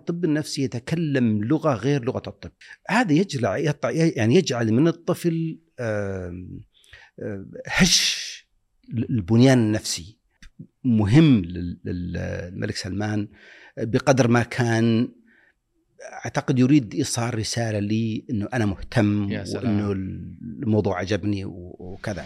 الطب النفسي يتكلم لغة غير لغة الطب. هذا يجعل من الطفل هش البنيان النفسي مهم للملك سلمان بقدر ما كان أعتقد يريد إيصال رسالة لي إنه أنا مهتم وإنه الموضوع عجبني وكذا.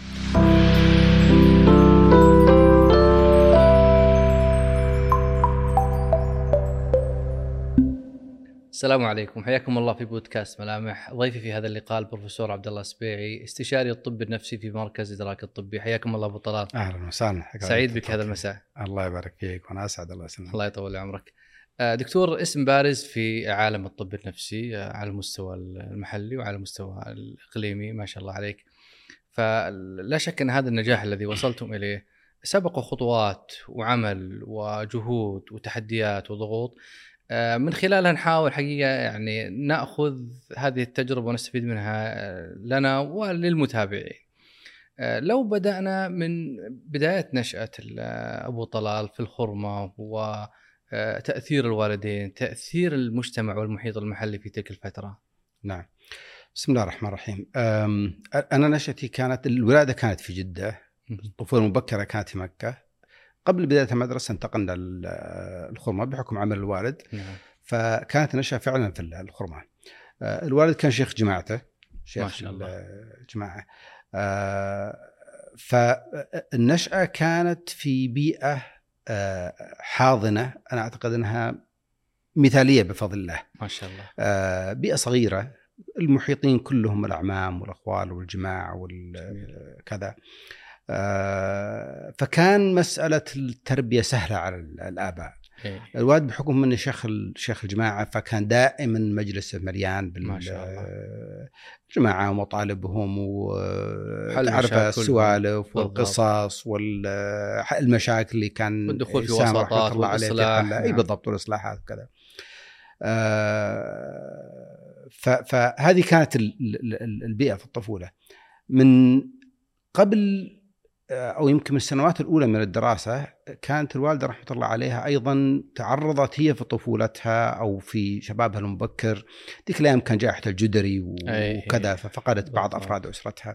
السلام عليكم، حياكم الله في بودكاست ملامح. ضيفي في هذا اللقاء البروفيسور عبد الله السبيعي، استشاري الطب النفسي في مركز إدراك الطبي. حياكم الله أبو طلال. أهلا وسهلا. سعيد بك هذا المساء. الله يبارك فيك وأنا أسعد. الله يسلمك. الله يطول عمرك. دكتور، اسم بارز في عالم الطب النفسي على المستوى المحلي وعلى المستوى الإقليمي، ما شاء الله عليك. فلا شك أن هذا النجاح الذي وصلتم إليه سبق خطوات وعمل وجهود وتحديات وضغوط، من خلالها نحاول حقيقة يعني نأخذ هذه التجربة ونستفيد منها لنا وللمتابعين. لو بدأنا من بداية نشأة أبو طلال في الخرمة وتأثير الوالدين، تأثير المجتمع والمحيط المحلي في تلك الفترة. نعم، بسم الله الرحمن الرحيم. أنا نشأتي الولادة كانت في جدة، الطفولة المبكرة كانت في مكة. قبل بداية المدرسة انتقلنا للخرمة بحكم عمل الوالد. فكانت نشأة فعلا في الخرمة. الوالد كان شيخ جماعته، شيخ الجماعة. فالنشأة كانت في بيئة حاضنة، أنا أعتقد أنها مثالية بفضل الله، ما شاء الله. بيئة صغيرة، المحيطين كلهم الأعمام والأخوال والجماع والكذا. فكان مسألة التربية سهلة على الآباء. الوالد بحكم من شيخ الجماعة، فكان دائما مجلسه مليان بالجماعة ومطالبهم وتعرف السوالف والقصص والمشاكل اللي كان والدخول في وساطات والإصلاح. أي بالضبط، والإصلاحات وكذا. فهذه كانت البيئة في الطفولة. من قبل أو يمكن من السنوات الأولى من الدراسة، كانت الوالدة رحمة الله عليها أيضا تعرضت هي في طفولتها أو في شبابها المبكر. ذيك الأيام كان جائحة الجدري وكذا، ففقدت بعض أفراد أسرتها.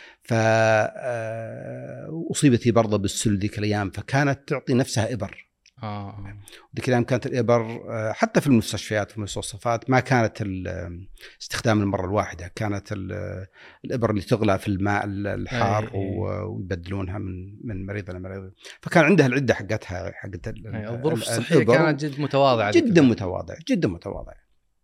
فأصيبت برضه بالسل ذيك الأيام، فكانت تعطي نفسها إبر. ذيك الأيام كانت الإبر حتى في المستشفيات في المستوصفات ما كانت استخدام المرة الواحدة، كانت الإبر اللي تغلى في الماء الحار ويبدلونها من مريض إلى مريض. فكان عندها العدة حقتها، الظروف الصحية كانت جد متواضعة، جدا متواضعة.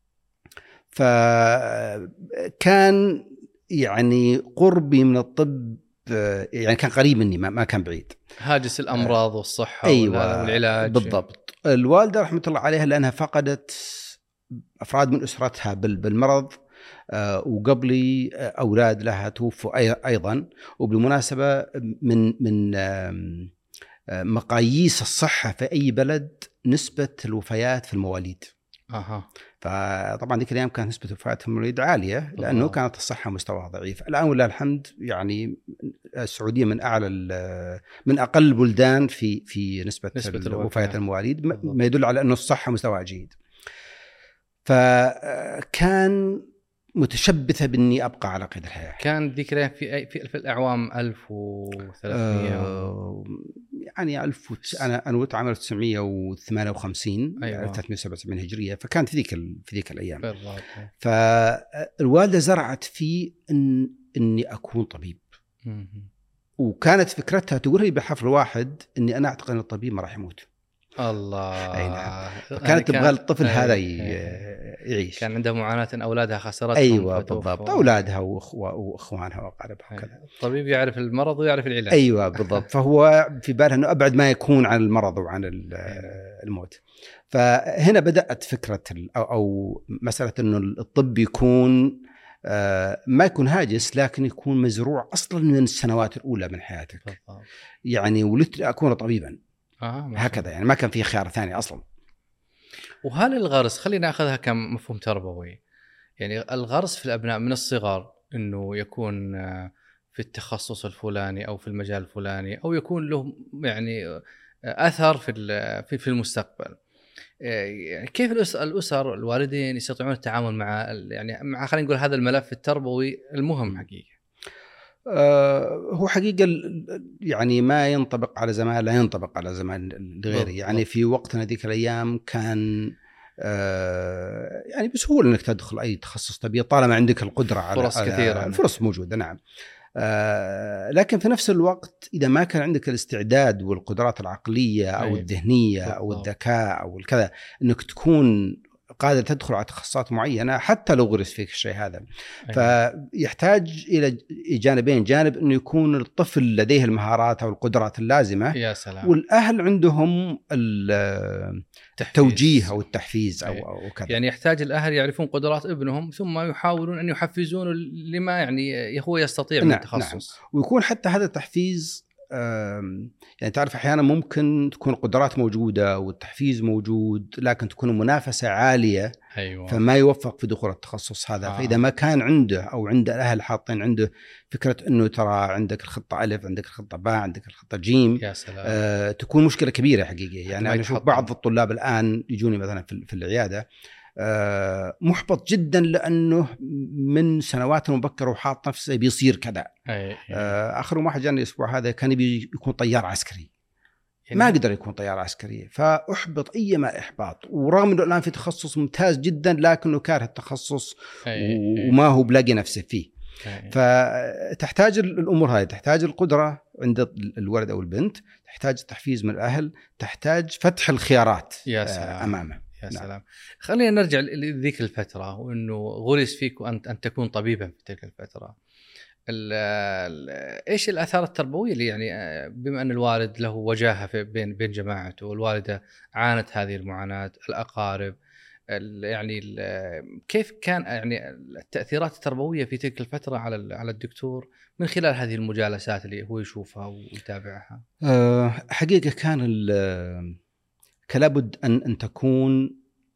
فكان يعني قربي من الطب يعني كان قريب مني، ما كان بعيد. هاجس الأمراض والصحة والعلاج. بالضبط. الوالدة رحمة الله عليها لأنها فقدت أفراد من أسرتها بالمرض، وقبلي أولاد لها توفوا أيضا. وبالمناسبة من مقاييس الصحة في أي بلد نسبة الوفيات في المواليد. فطبعا ذيك الأيام كانت نسبة وفاة المواليد عالية لأنه كانت الصحة مستوى ضعيف. الآن ولله الحمد يعني السعودية من أقل البلدان في نسبة وفاة المواليد، ما يدل على أنه الصحة مستوى جيد. فكان متشبثة بإني أبقى على قيد الحياة. كان ذيك الأيام في الأعوام 1300 يعني أنا ولدت عام 1958. أيوة. 377 هجرية. فكانت في ذيك الأيام. فالوالدة زرعت في إني أكون طبيب. وكانت فكرتها تقول لي بحفل واحد إني أنا أعتقد أن الطبيب ما راح يموت. الله. نعم. كانت تبغى الطفل هذا يعيش. كان عندها معاناة إن أولادها خسرتهم. أيوة بالضبط، أولادها وأخوانها وأقاربها وكذا. الطبيب يعرف المرض ويعرف العلاج. أيوة بالضبط. فهو في باله أنه أبعد ما يكون عن المرض وعن الموت. فهنا بدأت فكرة أو مسألة أنه الطب يكون ما يكون هاجس، لكن يكون مزروع أصلا من السنوات الأولى من حياتك. يعني ولدت أكون طبيبا. هكذا يعني ما كان في خيار ثاني أصلا. وهل الغرس، خلينا نأخذها كمفهوم تربوي، يعني الغرس في الأبناء من الصغر أنه يكون في التخصص الفلاني أو في المجال الفلاني، أو يكون له يعني أثر في المستقبل، يعني كيف الأسر الوالدين يستطيعون التعامل مع يعني مع خلينا نقول هذا الملف التربوي المهم حقيقة؟ هو حقيقة يعني ما ينطبق على زمان لا ينطبق على زمان غيره. يعني في وقتنا ذيك الأيام كان يعني بسهولة أنك تدخل أي تخصص تبيه طالما عندك القدرة على فرص كثيرة. الفرص موجودة نعم. لكن في نفس الوقت إذا ما كان عندك الاستعداد والقدرات العقلية أو الذهنية أو الذكاء أو الكذا أنك تكون قادر تدخل على تخصصات معينة حتى لو غرس فيك الشيء هذا. فيحتاج إلى جانبين، جانب أنه يكون الطفل لديه المهارات أو القدرات اللازمة، يا سلام. والأهل عندهم التوجيه أو التحفيز أو كذا. يعني يحتاج الأهل يعرفون قدرات ابنهم ثم يحاولون أن يحفزونه لما يعني هو يستطيع من التخصص. نعم. ويكون حتى هذا التحفيز يعني تعرف أحيانا ممكن تكون قدرات موجودة والتحفيز موجود لكن تكون منافسة عالية. أيوة. فما يوفق في دخول التخصص هذا. فإذا ما كان عنده أو عند الأهل حاطين عنده فكرة أنه ترى عندك الخطة ألف، عندك الخطة باء، عندك الخطة جيم، يا سلام. تكون مشكلة كبيرة حقيقية. يعني أنا أشوف بعض الطلاب الآن يجوني مثلا في العيادة محبط جدا لأنه من سنوات مبكرة وحاط نفسه بيصير كذا. آخر واحد جاني الأسبوع هذا كان يكون طيار عسكري، يعني ما قدر يكون طيار عسكري، فأحبط أيما إحباط. ورغم أنه الآن في تخصص ممتاز جدا لكنه كاره التخصص وما هو بلاقي نفسه فيه. فتحتاج الأمور هذه، تحتاج القدرة عند الولد أو البنت، تحتاج التحفيز من الأهل، تحتاج فتح الخيارات أمامه. يا سلام. خلينا نرجع لذيك الفترة وأنه غرس فيك أن تكون طبيبا في تلك الفترة. إيش الآثار التربوية اللي يعني بما أن الوالد له وجاهة بين جماعته والوالدة عانت هذه المعاناة، الأقارب، يعني كيف كان يعني التأثيرات التربوية في تلك الفترة على الدكتور من خلال هذه المجالسات اللي هو يشوفها ويتابعها؟ حقيقة كان لابد أن تكون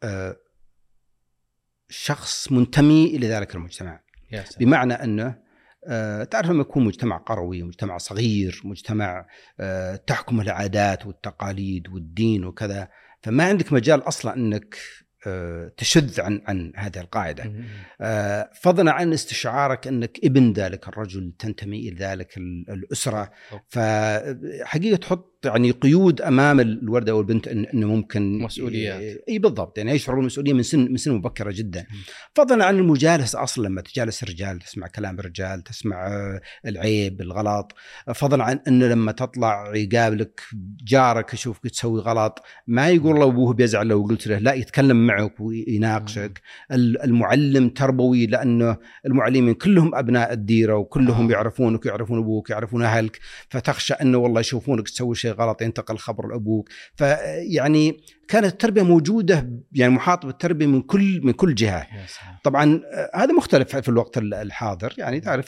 شخص منتمي إلى ذلك المجتمع. بمعنى أنه تعرف لما يكون مجتمع قروي، مجتمع صغير، مجتمع تحكم العادات والتقاليد والدين وكذا، فما عندك مجال أصلا أنك تشذ عن هذه القاعدة. فضلا عن استشعارك أنك ابن ذلك الرجل، تنتمي إلى ذلك الأسرة. فحقيقة تحط يعني قيود أمام الولد أو البنت إنه ممكن مسؤوليات. أي بالضبط، يعني يشعروا المسؤولية من سن مبكرة جدا. فضلا عن المجالسة أصلا، لما تجالس الرجال تسمع كلام الرجال، تسمع العيب الغلط. فضلا عن إنه لما تطلع يقابلك جارك يشوفك تسوي غلط، ما يقول له أبوه بيزعل لو قلت له، لا يتكلم معك ويناقشك. المعلم تربوي لأنه المعلمين كلهم أبناء الديرة وكلهم يعرفونك، يعرفون أبوك، يعرفون أهلك، فتخشى أنه والله يشوفونك تسوي شيء غلط ينتقل خبر لأبوك. فيعني كانت التربية موجودة، يعني محاط بالتربية من كل جهة. طبعا هذا مختلف في الوقت الحاضر. يعني تعرف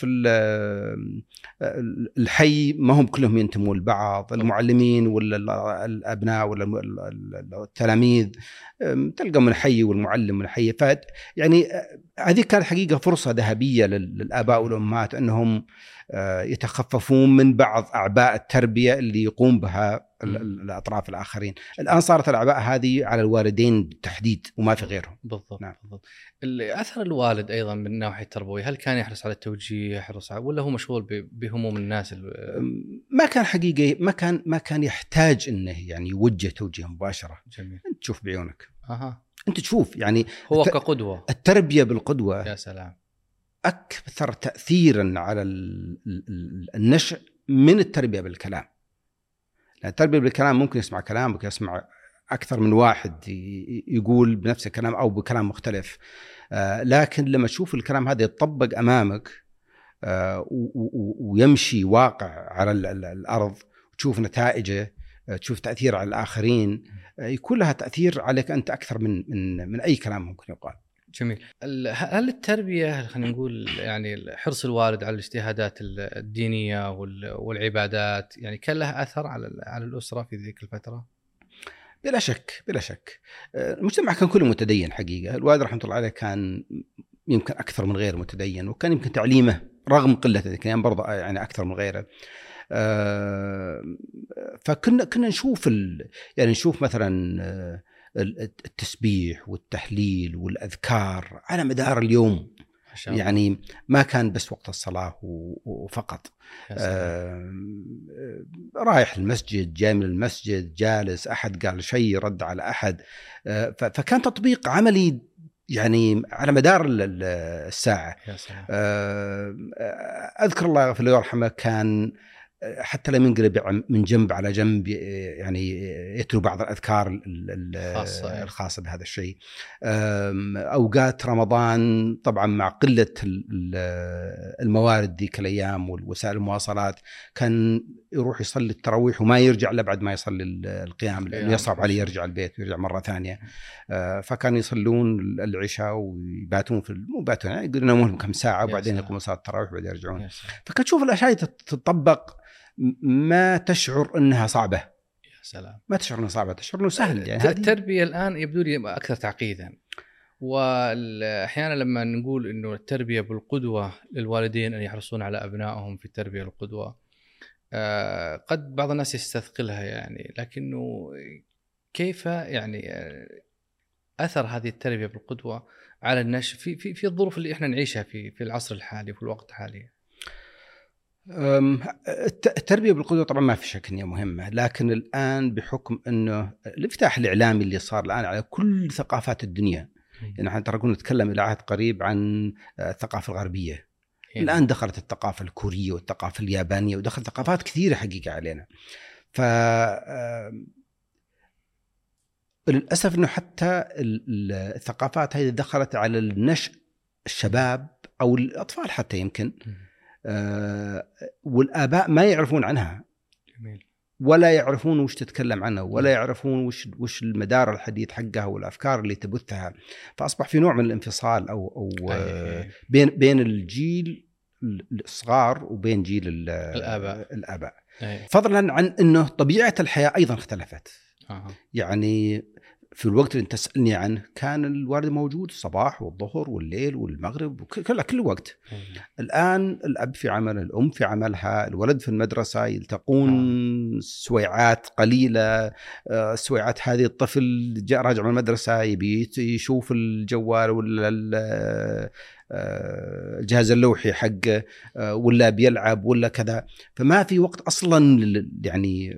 الحي ما هم كلهم ينتموا لبعض، المعلمين ولا الأبناء ولا التلاميذ تلقى من حي والمعلم من حي. يعني هذه كانت حقيقة فرصة ذهبية للآباء والأمهات أنهم يتخففون من بعض أعباء التربية اللي يقوم بها الأطراف الآخرين. الآن صارت الأعباء هذه على الوالدين بالتحديد وما في غيرهم. بالضبط. نعم. بالضبط. أثر الوالد أيضا من الناحية التربوية، هل كان يحرص على التوجيه، ولا هو مشغول بهموم الناس؟ ما كان حقيقي، ما كان يحتاج إنه يعني يوجه توجيه مباشرة. جميل. أنت تشوف بعيونك. أنت تشوف، يعني هو كقدوة. التربية بالقدوة. يا سلام. أكثر تأثيرا على النشء من التربية بالكلام. لأن التربية بالكلام ممكن يسمع كلامك، يسمع أكثر من واحد يقول بنفس الكلام أو بكلام مختلف. لكن لما تشوف الكلام هذا يتطبق أمامك ويمشي واقع على الأرض، وتشوف نتائجه، تشوف تأثير على الآخرين، يكون لها تأثير عليك أنت أكثر من أي كلام ممكن يقال. جميل. هل التربية، خلينا نقول يعني حرص الوالد على الاجتهادات الدينية والعبادات، يعني كان لها أثر على الأسرة في ذيك الفترة؟ بلا شك بلا شك. المجتمع كان كله متدين حقيقة. الوالد رحمة الله عليه كان يمكن أكثر من غير متدين، وكان يمكن تعليمه رغم قلته كان برضه يعني أكثر من غيره. فكنا نشوف يعني نشوف مثلا التسبيح والتهليل والأذكار على مدار اليوم. يعني ما كان بس وقت الصلاة وفقط. رايح المسجد، جاي من المسجد، جالس، أحد قال شيء رد على أحد. فكان تطبيق عملي يعني على مدار الساعة. أذكر الله يغفر له ويرحمه كان حتى لم ينقلب من جنب على جنب يعني يتلو بعض الأذكار الخاصة بهذا الشيء. أوقات رمضان طبعا مع قلة الموارد ذيك الأيام والوسائل المواصلات كان يروح يصلي التراويح وما يرجع إلا بعد ما يصلي القيام، لأنه يصعب عليه يرجع البيت ويرجع مرة ثانية. فكانوا يصلون العشاء ويباتون يباتون يعني يقولون ينامون كم ساعة وبعدين يقومون صلاة التراويح وبعدين يرجعون. فكنت تشوف الأشياء تتطبق ما تشعر أنها صعبة. يا سلام. ما تشعر أنها صعبة، تشعر أنه سهل. يعني التربية الآن يبدو لي أكثر تعقيدا، وأحيانا لما نقول إنه التربية بالقدوة للوالدين أن يحرصون على أبنائهم في التربية بالقدوة، قد بعض الناس يستثقلها يعني، لكنه كيف يعني أثر هذه التربية بالقدوة على النشء في الظروف اللي إحنا نعيشها في العصر الحالي وفي الوقت الحالي؟ التربية بالقدوة طبعا ما في شك أنها مهمة، لكن الآن بحكم أنه الانفتاح الإعلامي اللي صار الآن على كل ثقافات الدنيا، يعني احنا ترى كنا نتكلم إلى عهد قريب عن الثقافة الغربية، الآن دخلت الثقافة الكورية والثقافة اليابانية ودخلت ثقافات كثيرة حقيقة علينا. للأسف أنه حتى الثقافات هذه دخلت على النشء الشباب أو الأطفال حتى يمكن، والآباء ما يعرفون عنها. جميل. ولا يعرفون وش تتكلم عنها، ولا يعرفون وش المدار الحديث حقها والأفكار اللي تبثها. فأصبح في نوع من الانفصال أو بين الجيل الصغار وبين جيل الآباء. فضلا عن أنه طبيعة الحياة أيضا اختلفت. يعني في الوقت اللي انت تسألني عنه كان الوالد موجود الصباح والظهر والليل والمغرب كل وقت. الآن الأب في عمل، الأم في عملها، الولد في المدرسة، يلتقون سويعات قليلة. سويعات هذه الطفل جاء راجع من المدرسة يبي يشوف الجوال ولا الجهاز اللوحي حقه، ولا بيلعب ولا كذا. فما في وقت أصلا يعني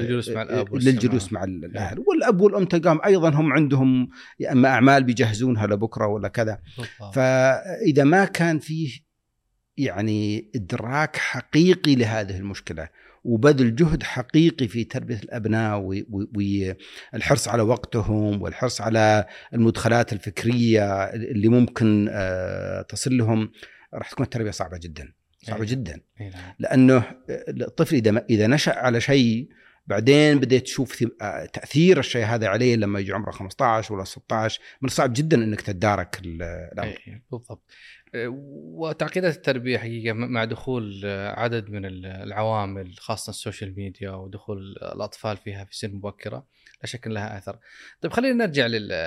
للجلوس مع الأهل. والأب والأم تلقاهم أيضا هم عندهم يا أما أعمال بيجهزونها لبكرة ولا كذا. فإذا ما كان فيه يعني إدراك حقيقي لهذه المشكلة وبذل جهد حقيقي في تربية الأبناء والحرص على وقتهم والحرص على المدخلات الفكرية اللي ممكن تصل لهم، راح تكون التربية صعبة جدا جدا. لأنه الطفل إذا نشأ على شيء بعدين بدأت تشوف تأثير الشيء هذا عليه لما يجي عمره 15 ولا 16، من صعب جدا أنك تدارك الأمر. بالضبط. وتعقيدات التربية حقيقة مع دخول عدد من العوامل خاصة السوشيال ميديا ودخول الأطفال فيها في سن مبكرة لا شك لها أثر. طيب خلينا نرجع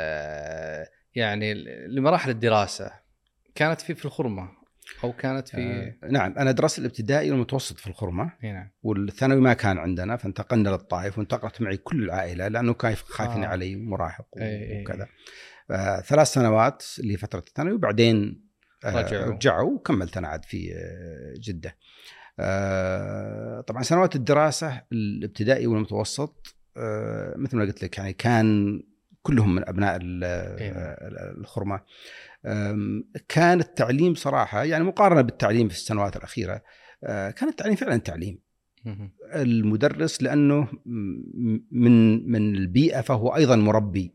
يعني لمراحل الدراسة. كانت في الخرمة أو كانت في نعم، أنا درست الابتدائي والمتوسط في الخرمة. نعم. والثانوي ما كان عندنا، فانتقلنا للطائف وانتقلت معي كل العائلة لأنه كان خايفين علي مراهق وكذا. 3 سنوات اللي فترة الثانوي، وبعدين رجعوا وكملت أنا عاد في جدة. طبعا سنوات الدراسة الابتدائي والمتوسط مثل ما قلت لك يعني كان كلهم من أبناء الخرمة. كان التعليم صراحة يعني مقارنة بالتعليم في السنوات الأخيرة، كان التعليم فعلا تعليم. المدرس لأنه من البيئة فهو أيضا مربي.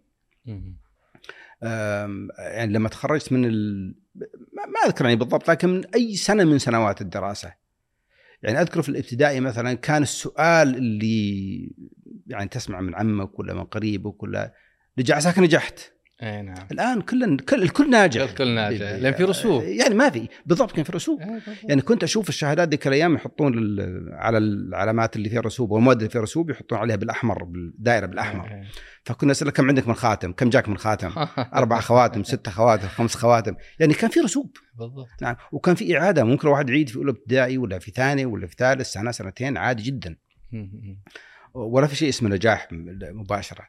يعني لما تخرجت من ما أذكر يعني بالضبط، لكن من أي سنة من سنوات الدراسة، يعني أذكر في الابتدائي مثلا كان السؤال اللي يعني تسمع من عمك ولا من قريبك ولا نجحت نجحت. نعم. الآن الكل ناجح. الكل ناجح لأن في رسوب. يعني ما في بالضبط كان في رسوب. يعني كنت أشوف الشهادات ذيك الأيام يحطون على العلامات اللي فيها رسوب والمواد اللي فيها رسوب يحطون عليها بالأحمر، بالدائرة بالأحمر. فكنا نسأل كم عندك من خاتم، كم جاك من خاتم، 4 خواتم 6 خواتم 5 خواتم، يعني كان في رسوب. بالضبط. نعم. وكان في إعادة، ممكن واحد يعيد في أولى ابتدائي ولا في ثاني ولا في ثالث سنة 2 عادي جدا، ولا في شيء اسمه نجاح مباشرة.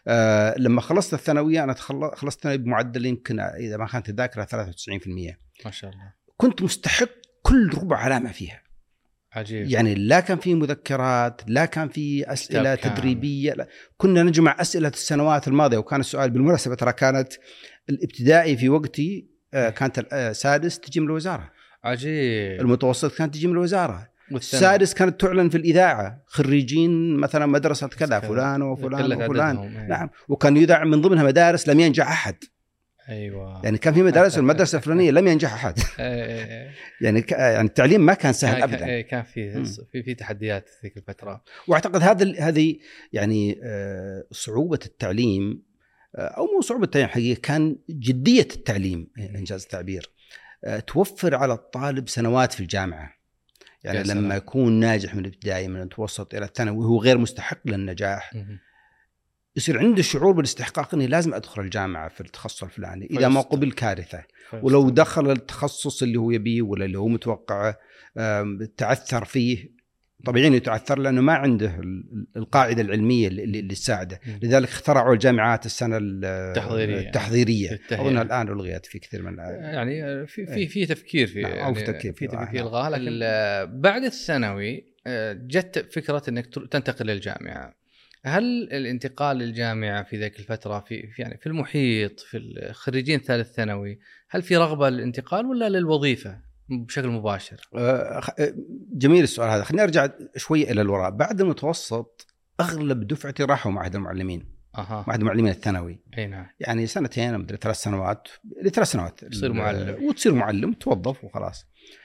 لما خلصت الثانويه انا خلصت الثانويه بمعدل يمكن اذا ما كانت الذاكره 93%. ما شاء الله. كنت مستحق كل ربع علامه فيها. عجيب. يعني لا كان في مذكرات، لا كان في اسئله تدريبيه، لا. كنا نجمع اسئله السنوات الماضيه. وكان السؤال بالمناسبه ترى كانت الابتدائي في وقتي كانت سادس تجي من الوزاره. عجيب. المتوسط كانت تجي من الوزاره. السادس كانت تعلن في الإذاعة خريجين مثلا مدرسة كذا فلان وفلان وفلان. نعم. وكان يذاع من ضمنها مدارس لم ينجح أحد. أيوة. يعني كان في مدارس المدرسة الفلانية لم ينجح أحد. يعني التعليم ما كان سهل أبدا. كان في تحديات في ذيك الفترة. وأعتقد هذه يعني صعوبة التعليم، أو مو صعوبة التعليم حقيقة، كان جدية التعليم إنجاز التعبير توفر على الطالب سنوات في الجامعة. يعني لما يكون ناجح من الابتدائي من المتوسط إلى الثانوي وهو غير مستحق للنجاح، يصير عنده شعور بالاستحقاق أني لازم أدخل الجامعة في التخصص الفلاني. إذا ما قبل كارثة. ولو دخل التخصص اللي هو يبيه ولا اللي هو متوقع تعثر فيه، طبيعي يتعثر لأنه ما عنده القاعدة العلمية اللي تساعده. لذلك اخترعوا الجامعات السنة التحضيرية. أظن الآن ألغيت في كثير من يعني في تفكير في يعني في تفكير إلغاء. لكن بعد الثانوي جت فكرة أنك تنتقل للجامعة. هل الانتقال للجامعة في ذيك الفترة في المحيط في الخريجين ثالث ثانوي، هل في رغبة للانتقال ولا للوظيفة بشكل مباشر؟ جميل السؤال هذا. خليني أرجع شوي إلى الوراء. بعد المتوسط أغلب دفعتي راحوا معهد المعلمين. معهد المعلمين الثانوي. نعم. يعني سنتين أو 3 سنوات، ل3 سنوات تصير معلم وتصير معلم توظف وخلاص.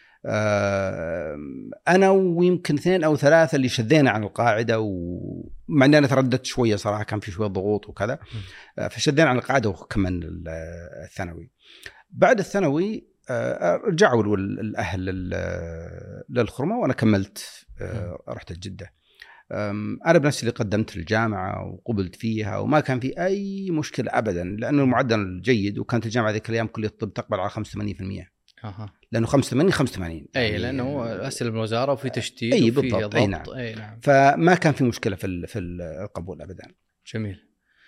أنا ويمكن 2 أو 3 اللي شذينا عن القاعدة، ومع أني أنا ترددت شوية صراحة، كان في شوية ضغوط وكذا، فشذينا عن القاعدة وكملنا الثانوي. بعد الثانوي رجعوا الأهل للخرمة وأنا كملت، رحت الجدة. أنا بنفسي اللي قدمت للجامعة وقبلت فيها وما كان في أي مشكلة أبدا، لأنه المعدل جيد، وكانت الجامعة ذيك الأيام كلية الطب تقبل على 85%. لأنه 85 يعني لأنه أسئلة من الوزارة وفي تشتيت وفي بالضبط. أي نعم. فما كان في مشكلة في القبول أبدا. جميل.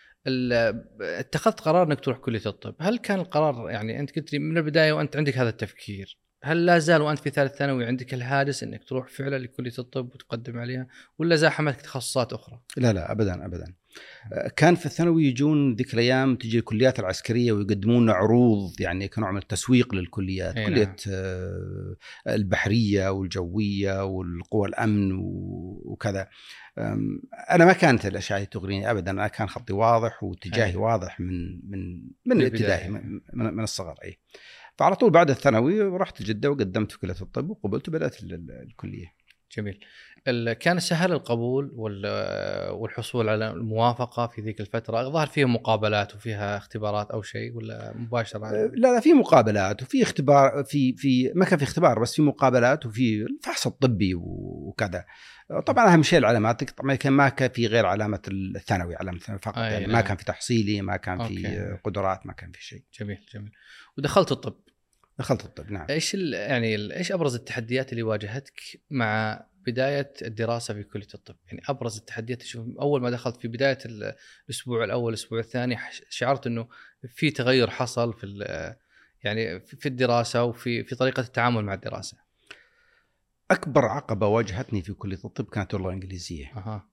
اتخذت قرار انك تروح كلية الطب. هل كان القرار يعني انت قلت لي من البداية وانت عندك هذا التفكير، هل لا زال وانت في ثالث ثانوي عندك الهاجس انك تروح فعلا لكلية الطب وتقدم عليها، ولا زاحمتك تخصصات اخرى؟ لا ابدا. كان في الثانوي يجون ذيك الايام تجي الكليات العسكريه ويقدمون عروض يعني كنوع من التسويق للكليات. كليه البحريه والجويه والقوى الامن وكذا. انا ما كانت الاشياء تغريني ابدا. انا كان خطي واضح واتجاهي واضح من الابتدائي، من الصغر. اي فعلى طول بعد الثانوي رحت جدة وقدمت في كلية الطب وقبلت وبدأت الكلية. جميل. كان سهل القبول والحصول على الموافقة في ذيك الفترة؟ ظهر فيها مقابلات وفيها اختبارات أو شيء ولا مباشرة؟ لا في مقابلات وفي اختبار، في ما كان في اختبار بس في مقابلات وفي الفحص الطبي وكذا. طبعا أهم شيء العلامات. طبعا كان ما كان في غير علامة الثانوي، علامة الثانوي فقط. يعني ما كان في تحصيلي، ما كان في قدرات، ما كان في شيء. جميل. ودخلت الطب. نعم. ايش ابرز التحديات اللي واجهتك مع بدايه الدراسه في كليه الطب؟ يعني ابرز التحديات اول ما دخلت في بدايه الاسبوع الاول الاسبوع الثاني شعرت انه في تغير حصل يعني في الدراسه وفي طريقه التعامل مع الدراسه؟ اكبر عقبه واجهتني في كليه الطب كانت اللغه الانجليزيه.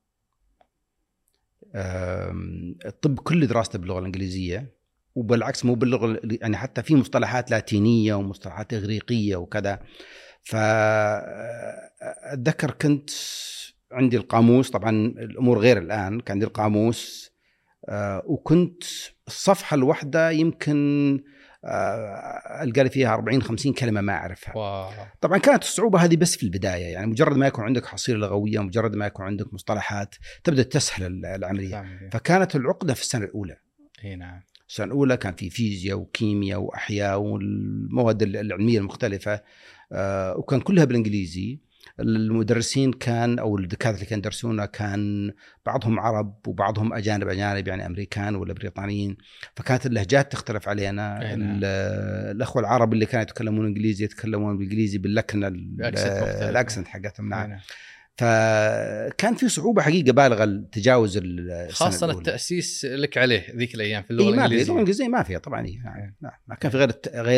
الطب كل دراسته باللغه الانجليزيه، وبالعكس مو باللغة، يعني حتى في مصطلحات لاتينية ومصطلحات إغريقية وكذا. فأتذكر كنت عندي القاموس، طبعا الأمور غير الآن، كان عندي القاموس وكنت الصفحة الواحدة يمكن ألقى لي فيها 40-50 كلمة ما أعرفها. طبعا كانت الصعوبة هذه بس في البداية، يعني مجرد ما يكون عندك حصيلة لغوية، مجرد ما يكون عندك مصطلحات تبدأ تسهل العملية. فكانت العقدة في السنة الأولى. نعم. السنة الأولى كان في فيزياء وكيمياء وأحياء والمواد العلمية المختلفة، وكان كلها بالإنجليزي. المدرسين كان أو الدكاترة اللي كانوا يدرسونا كان بعضهم عرب وبعضهم أجانب يعني أمريكان ولا بريطانيين، فكانت اللهجات تختلف علينا. الأخوة العرب اللي كانوا يتكلمون إنجليزي يتكلمون بالإنجليزي باللكنة الأكسنت حقتهم. نعم. فكان في صعوبه حقيقه بالغه لتجاوز خاصه التاسيس لك عليه ذيك الايام في اللغه الانجليزيه. اللغه الانجليزيه ما فيها طبعا يعني ما كان في غير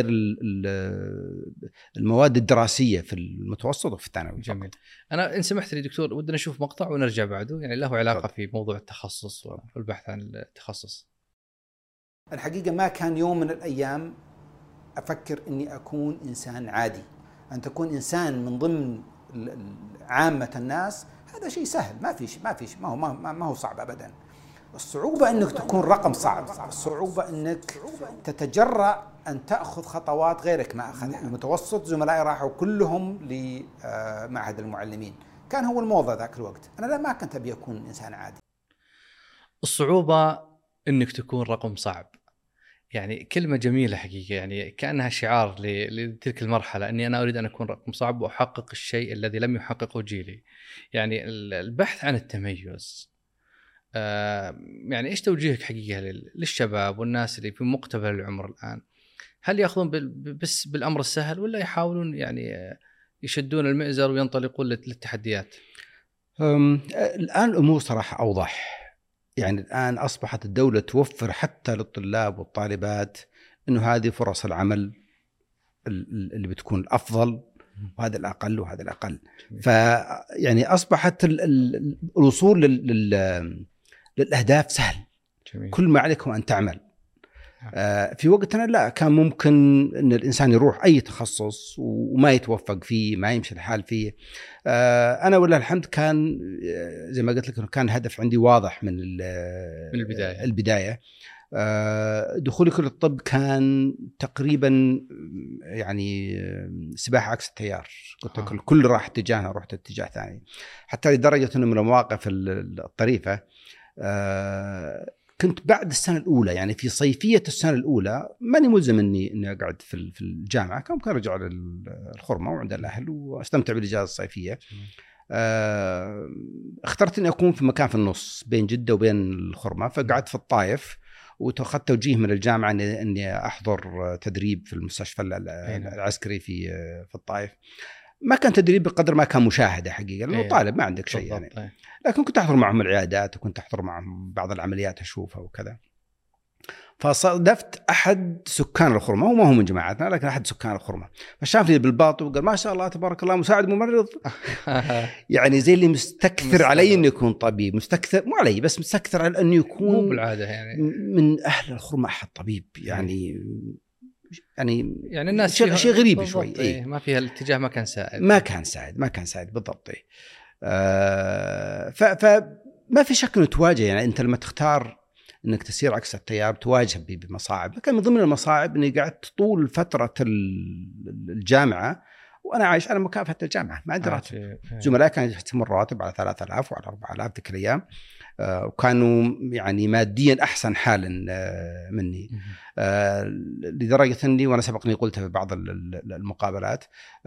المواد الدراسيه في المتوسط وفي الثانوي. جميل. انا ان سمحت لي دكتور ودنا نشوف مقطع ونرجع بعده، يعني له علاقه في موضوع التخصص والبحث عن التخصص. الحقيقه ما كان يوم من الايام افكر اني اكون انسان عادي. ان تكون انسان من ضمن عامه الناس هذا شيء سهل، ما هو صعب ابدا. الصعوبه انك تكون رقم صعب، الصعوبه انك تتجرأ ان تاخذ خطوات غيرك ما اخذها. المتوسط زملائي راحوا كلهم لمعهد المعلمين، كان هو الموضة ذاك الوقت. انا ما كنت ابي اكون انسان عادي. الصعوبه انك تكون رقم صعب، يعني كلمة جميلة حقيقة، يعني كأنها شعار لتلك المرحلة، أني أنا أريد أن أكون رقم صعب وأحقق الشيء الذي لم يحققه جيلي. يعني البحث عن التميز، يعني إيش توجيهك حقيقة للشباب والناس اللي في مقتبل العمر الآن؟ هل يأخذون بس بالأمر السهل ولا يحاولون يعني يشدون المئزر وينطلقون للتحديات؟ الآن الأمور صراحة أوضح. يعني الآن أصبحت الدولة توفر حتى للطلاب والطالبات إنه هذه فرص العمل اللي بتكون الأفضل وهذا الأقل وهذا الأقل. فيعني أصبحت الوصول للأهداف سهل. جميل. كل ما عليك هو أن تعمل. في وقتنا لا، كان ممكن أن الإنسان يروح أي تخصص وما يتوفق فيه، ما يمشي الحال فيه. أنا ولله الحمد كان زي ما قلت لك كان هدف عندي واضح من البداية. دخولي كلية الطب كان تقريبا يعني سباحة عكس التيار. قلت لك الكل راح اتجاهنا، رحت اتجاه ثاني، حتى لدرجة أنه من المواقف الطريفة كنت بعد السنة الأولى، يعني في صيفية السنة الأولى ماني ملزم إني أقعد في الجامعة، كان ممكن أرجع للخرمة وعند الأهل وأستمتع بالإجازة الصيفية. اخترت إني أكون في مكان في النص بين جدة وبين الخرمة، فقعدت في الطائف وأخذت توجيه من الجامعة إني أحضر تدريب في المستشفى العسكري في الطائف. ما كان تدريب بقدر ما كان مشاهدة حقيقة، لأنه طالب ما عندك شيء يعني. لكن كنت أحضر معهم العيادات وكنت أحضر معهم بعض العمليات أشوفها وكذا. فصادفت أحد سكان الخرمة، هو ما هو من جماعتنا لكن أحد سكان الخرمة، فشافني بالباط وقال ما شاء الله تبارك الله مساعد ممرض. يعني زي اللي مستكثر علي إنه يكون طبيب، مستكثر مو علي بس مستكثر على إنه يكون مو بالعادة يعني من أهل الخرمة أحد طبيب. يعني الناس شيء غريب شوي. ما فيها الاتجاه، ما كان سائد بالضبط. فما في شك انه تواجه، يعني انت لما تختار انك تسير عكس التيار تواجه بمصاعب. كان من ضمن المصاعب اني قعدت طول فتره الجامعه وانا عايش على مكافاه الجامعه، ما عندي راتب. زملائي كانوا يحتمون الرواتب على 3000 وعلى 4000 ذيك الايام، وكانوا يعني ماديا احسن حالا مني. لدرجه اني وانا سبقني قلتها في بعض المقابلات،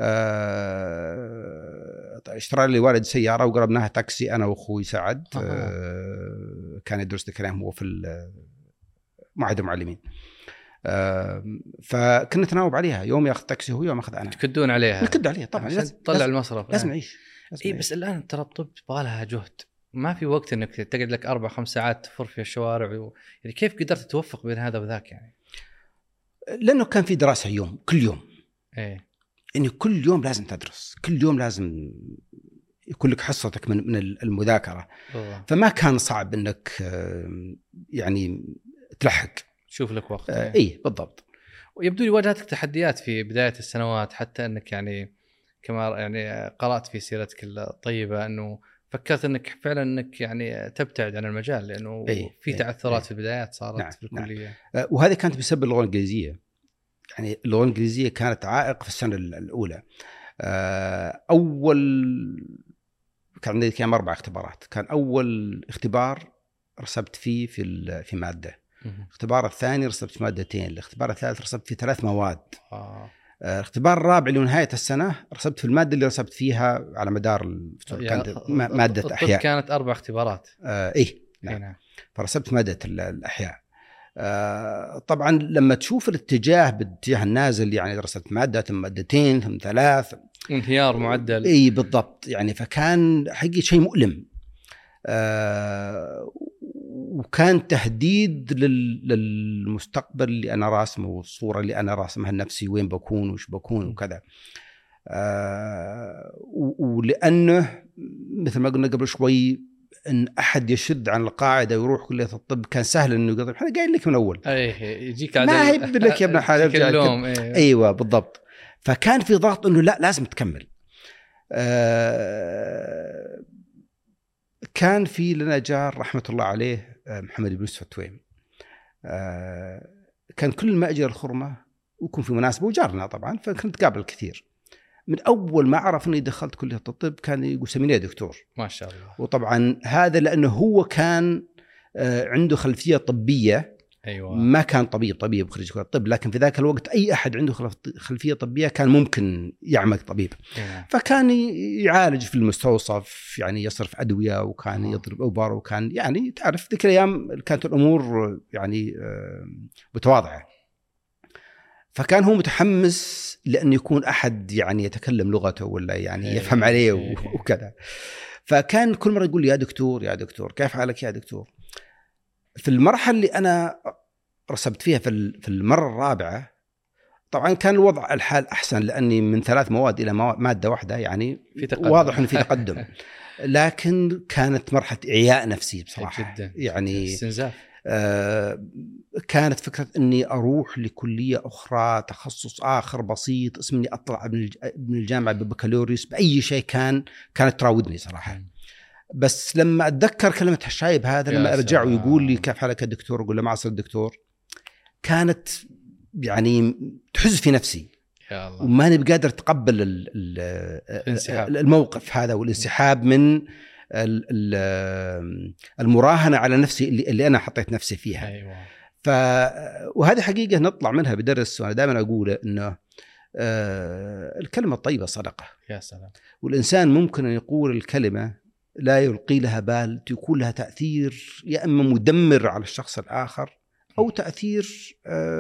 اشترى لي والد سياره وقربناها تاكسي انا واخوي سعد. كان يدرس ذيك الايام هو في معهد المعلمين. فكنا نتناوب عليها، يوم ياخذ تاكسي هو يوم اخذ انا. تكدون عليها؟ نكد عليها طبعا، لازم تطلع المصرف، لازم نعيش. اي بس الان ترى الطب يبغى لها جهد، ما في وقت انك تقعد لك 4-5 ساعات تفر في الشوارع يعني كيف قدرت توفق بين هذا وذاك يعني؟ لانه كان في دراسه كل يوم. يعني كل يوم لازم تدرس، كل يوم لازم يكون لك حصتك من المذاكره. فما كان صعب انك يعني تلحق، شوف لك وقت. اي بالضبط. ويبدو لي واجهتك تحديات في بدايه السنوات، حتى انك يعني كما يعني قرات في سيرتك الطيبه انه فكرت انك فعلا انك يعني تبتعد عن المجال لانه في تعثرات في البدايات صارت في الكليه. وهذه كانت بسبب اللغه الانجليزيه. يعني اللغه الانجليزيه كانت عائق في السنه الاولى. كان عندي كم 4 اختبارات. كان اول اختبار رسبت فيه في ماده، الاختبار الثاني رسبت في مادتين، الاختبار الثالث رسبت في 3 مواد. الاختبار الرابع اللي نهاية السنة رسبت في المادة اللي رسبت فيها على مدار كانت مادة أحياء. كانت 4 اختبارات. نعم. فرسبت مادة الأحياء. طبعا لما تشوف الاتجاه باتجاه النازل، يعني درست مادة ثم مادتين ثم 3، انهيار معدل. اي بالضبط، يعني فكان حقيقي شيء مؤلم. وكان تهديد للمستقبل اللي انا راسمه والصوره اللي انا راسمها لنفسي، وين بكون وش بكون وكذا. ولانه مثل ما قلنا قبل شوي ان احد يشد عن القاعده ويروح كليه الطب كان سهل انه يقدر. احنا قايل لك من اول يجيك ما هي لك يا ابن الحلال. ايوه بالضبط. فكان في ضغط انه لا لازم تكمل. كان في لنا جار رحمه الله عليه محمد بن يوسف التويم. كان كل ما اجي الخرمه ويكون في مناسبه وجارنا طبعا، فكنت قابل كثير. من اول ما عرف اني دخلت كليه الطب كان يقول سميني يا دكتور. ما شاء الله. وطبعا هذا لانه هو كان عنده خلفيه طبيه. أيوة. ما كان طبيب خريج كليه الطب، لكن في ذاك الوقت اي احد عنده خلفيه طبيه كان ممكن يعمل طبيب. أيوة. فكان يعالج في المستوصف، يعني يصرف ادويه، وكان يضرب ابر، وكان يعني تعرف ذيك الايام كانت الامور يعني متواضعه. فكان هو متحمس لأن يكون أحد يعني يتكلم لغته ولا يعني يفهم عليه وكذا. فكان كل مرة يقول لي يا دكتور يا دكتور كيف حالك يا دكتور. في المرحلة اللي أنا رسبت فيها في المرة الرابعة طبعا كان الوضع الحال أحسن، لأني من 3 مواد إلى مادة واحدة، يعني واضح أنه في تقدم. لكن كانت مرحلة إعياء نفسي بصراحة جدا. يعني استنزاف. كانت فكرة أني أروح لكلية أخرى، تخصص آخر بسيط، اسمني أطلع من الجامعة ببكالوريوس بأي شيء كانت تراودني صراحة. بس لما أتذكر كلمة الشايب هذا لما أرجع ويقول لي كيف حالك يا دكتور، أقول له ما أصير دكتور، كانت يعني تحز في نفسي يا الله. وما بقادر أتقبل الموقف هذا والانسحاب من المراهنة على نفسي اللي أنا حطيت نفسي فيها. أيوة. وهذه حقيقة نطلع منها بدرس، وأنا دائما أقول إنه الكلمة الطيبة صدقة. يا سلام. والإنسان ممكن أن يقول الكلمة لا يلقي لها بال، تكون لها تأثير يا إما مدمر على الشخص الآخر أو تأثير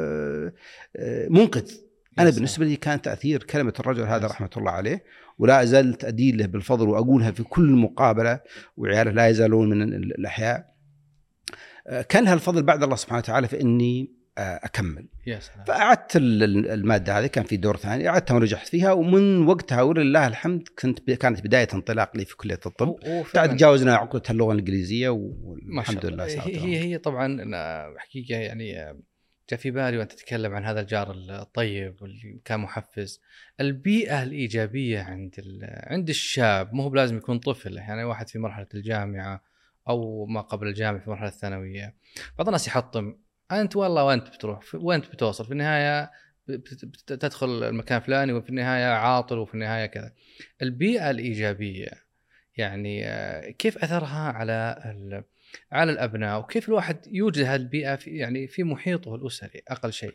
منقذ. أنا بالنسبة لي كان تأثير كلمة الرجل هذا رحمة الله عليه، ولا أزلت أدين له بالفضل وأقولها في كل مقابلة، وعياله لا يزالون من الأحياء. كان لها الفضل بعد الله سبحانه وتعالى في إني أكمل. يا سلام. فأعدت المادة هذه، كان في دور ثاني أعدتها ونجحت فيها، ومن وقتها ولله الحمد كانت بداية انطلاق لي في كلية الطب. تجاوزنا عقدة اللغة الإنجليزية والحمد لله. هي طبعا حقيقة يعني جاء في بالي وأنت تتكلم عن هذا الجار الطيب واللي كان محفز. البيئة الإيجابية عند الشاب، مو بلازم يكون طفل، يعني واحد في مرحلة الجامعة أو ما قبل الجامعة في مرحلة الثانوية، بعض الناس يحطم أنت والله وأنت بتروح وأنت بتوصل، في النهاية تدخل المكان فلاني، وفي النهاية عاطل، وفي النهاية كذا. البيئة الإيجابية يعني كيف أثرها على الأبناء، وكيف الواحد يوجد هذه البيئة في محيطه الأسري أقل شيء؟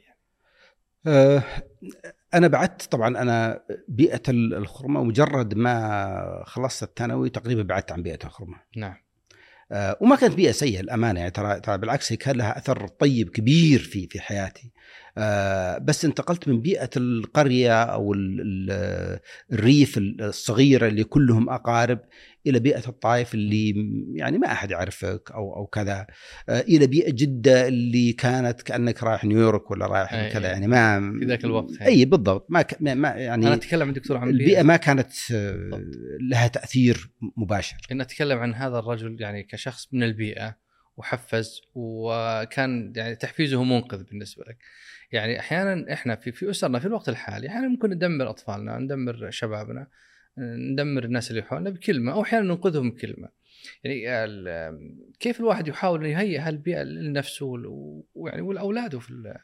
أنا بعدت طبعا أنا بيئة الخرمة مجرد ما خلصت الثانوي تقريبا بعدت عن بيئة الخرمة. نعم. وما كانت بيئة سيئة الأمانة، يعني ترى بالعكس كان لها أثر طيب كبير في حياتي. بس انتقلت من بيئة القرية أو الريف الصغيرة اللي كلهم أقارب إلى بيئة الطائف اللي يعني ما أحد يعرفك أو كذا، إلى بيئة جدة اللي كانت كأنك رايح نيويورك ولا رايح كذا، يعني ما في ذاك الوقت. أي بالضبط ما يعني أنا أتكلم عن دكتور عن البيئة ما كانت لها تأثير مباشر. إن أتكلم عن هذا الرجل يعني كشخص من البيئة وحفز، وكان يعني تحفيزه منقذ بالنسبة لك. يعني أحيانا إحنا في أسرنا في الوقت الحالي أحيانا ممكن ندمر أطفالنا، ندمر شبابنا، ندمر الناس اللي حولنا بكلمة، أو أحيانا ننقذهم بكلمة. يعني كيف الواحد يحاول أن يهيئ هالبيئة لنفسه ويعني والأولاده في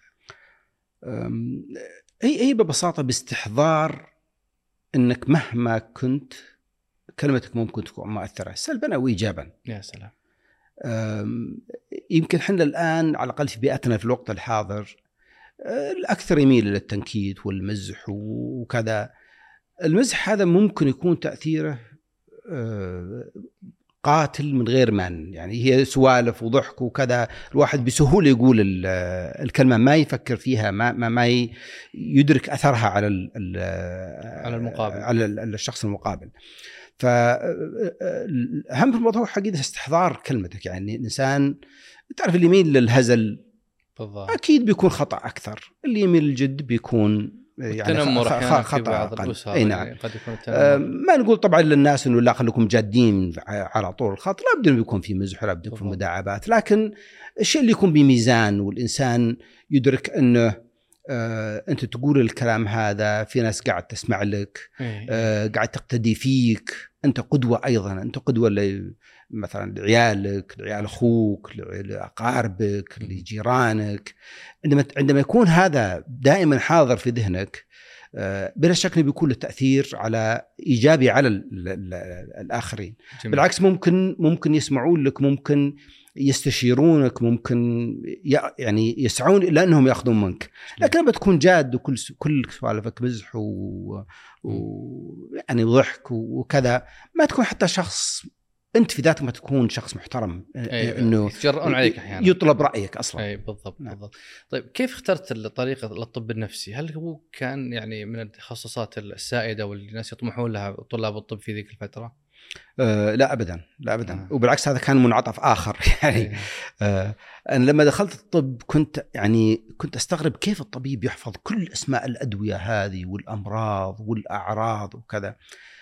هي ببساطة باستحضار أنك مهما كنت كلمتك ممكن تكون مؤثرة سلبا أو إيجابا. يا سلام. يمكن حنا الآن على الأقل في بيئتنا في الوقت الحاضر الأكثر يميل إلى التنكيت والمزح وكذا. المزح هذا ممكن يكون تأثيره قاتل من غير من، يعني هي سوالف وضحك وكذا، الواحد بسهولة يقول الكلمة، ما يفكر فيها، ما يدرك أثرها على المقابل، على الشخص المقابل. فأهم في الموضوع حقيقة استحضار كلمتك. يعني الإنسان تعرف اللي يميل للهزل بالضبط أكيد بيكون خطأ أكثر، اللي يميل للجد بيكون يعني خطأ أقل. أي نعم. يعني قد يكون التنمر ما نقول طبعا للناس إنه لا خليكم جادين على طول الخط، لا بد أن يكون في مزح ولا بد يكون في مداعبات، لكن الشيء اللي يكون بميزان والإنسان يدرك أنه أنت تقول الكلام هذا، في ناس قاعد تسمع لك، قاعد تقتدي فيك، أنت قدوة أيضا، أنت قدوة مثلا لعيالك، لعيال أخوك، لأقاربك، لجيرانك. عندما يكون هذا دائما حاضر في ذهنك بلا شك بيكون له تأثير على إيجابي على الآخرين. جميل. بالعكس ممكن يسمعون لك، ممكن يستشيرونك، ممكن يعني يسعون إلى أنهم يأخذون منك. لكن لما تكون جاد وكل سوالفك مزح يعني ضحك وكذا، ما تكون حتى شخص أنت في ذاتك ما تكون شخص محترم، إنه يتجرؤون عليك أحيانا، يطلب رأيك أصلا. أي بالضبط. نعم. بالضبط. طيب كيف اخترت الطريقة للطب النفسي؟ هل هو كان يعني من التخصصات السائدة واللي الناس يطمحون لها طلاب الطب في ذيك الفترة؟ لا أبدا، لا أبدا. وبالعكس هذا كان منعطف آخر. يعني أنا لما دخلت الطب كنت أستغرب كيف الطبيب يحفظ كل أسماء الأدوية هذه والأمراض والأعراض وكذا.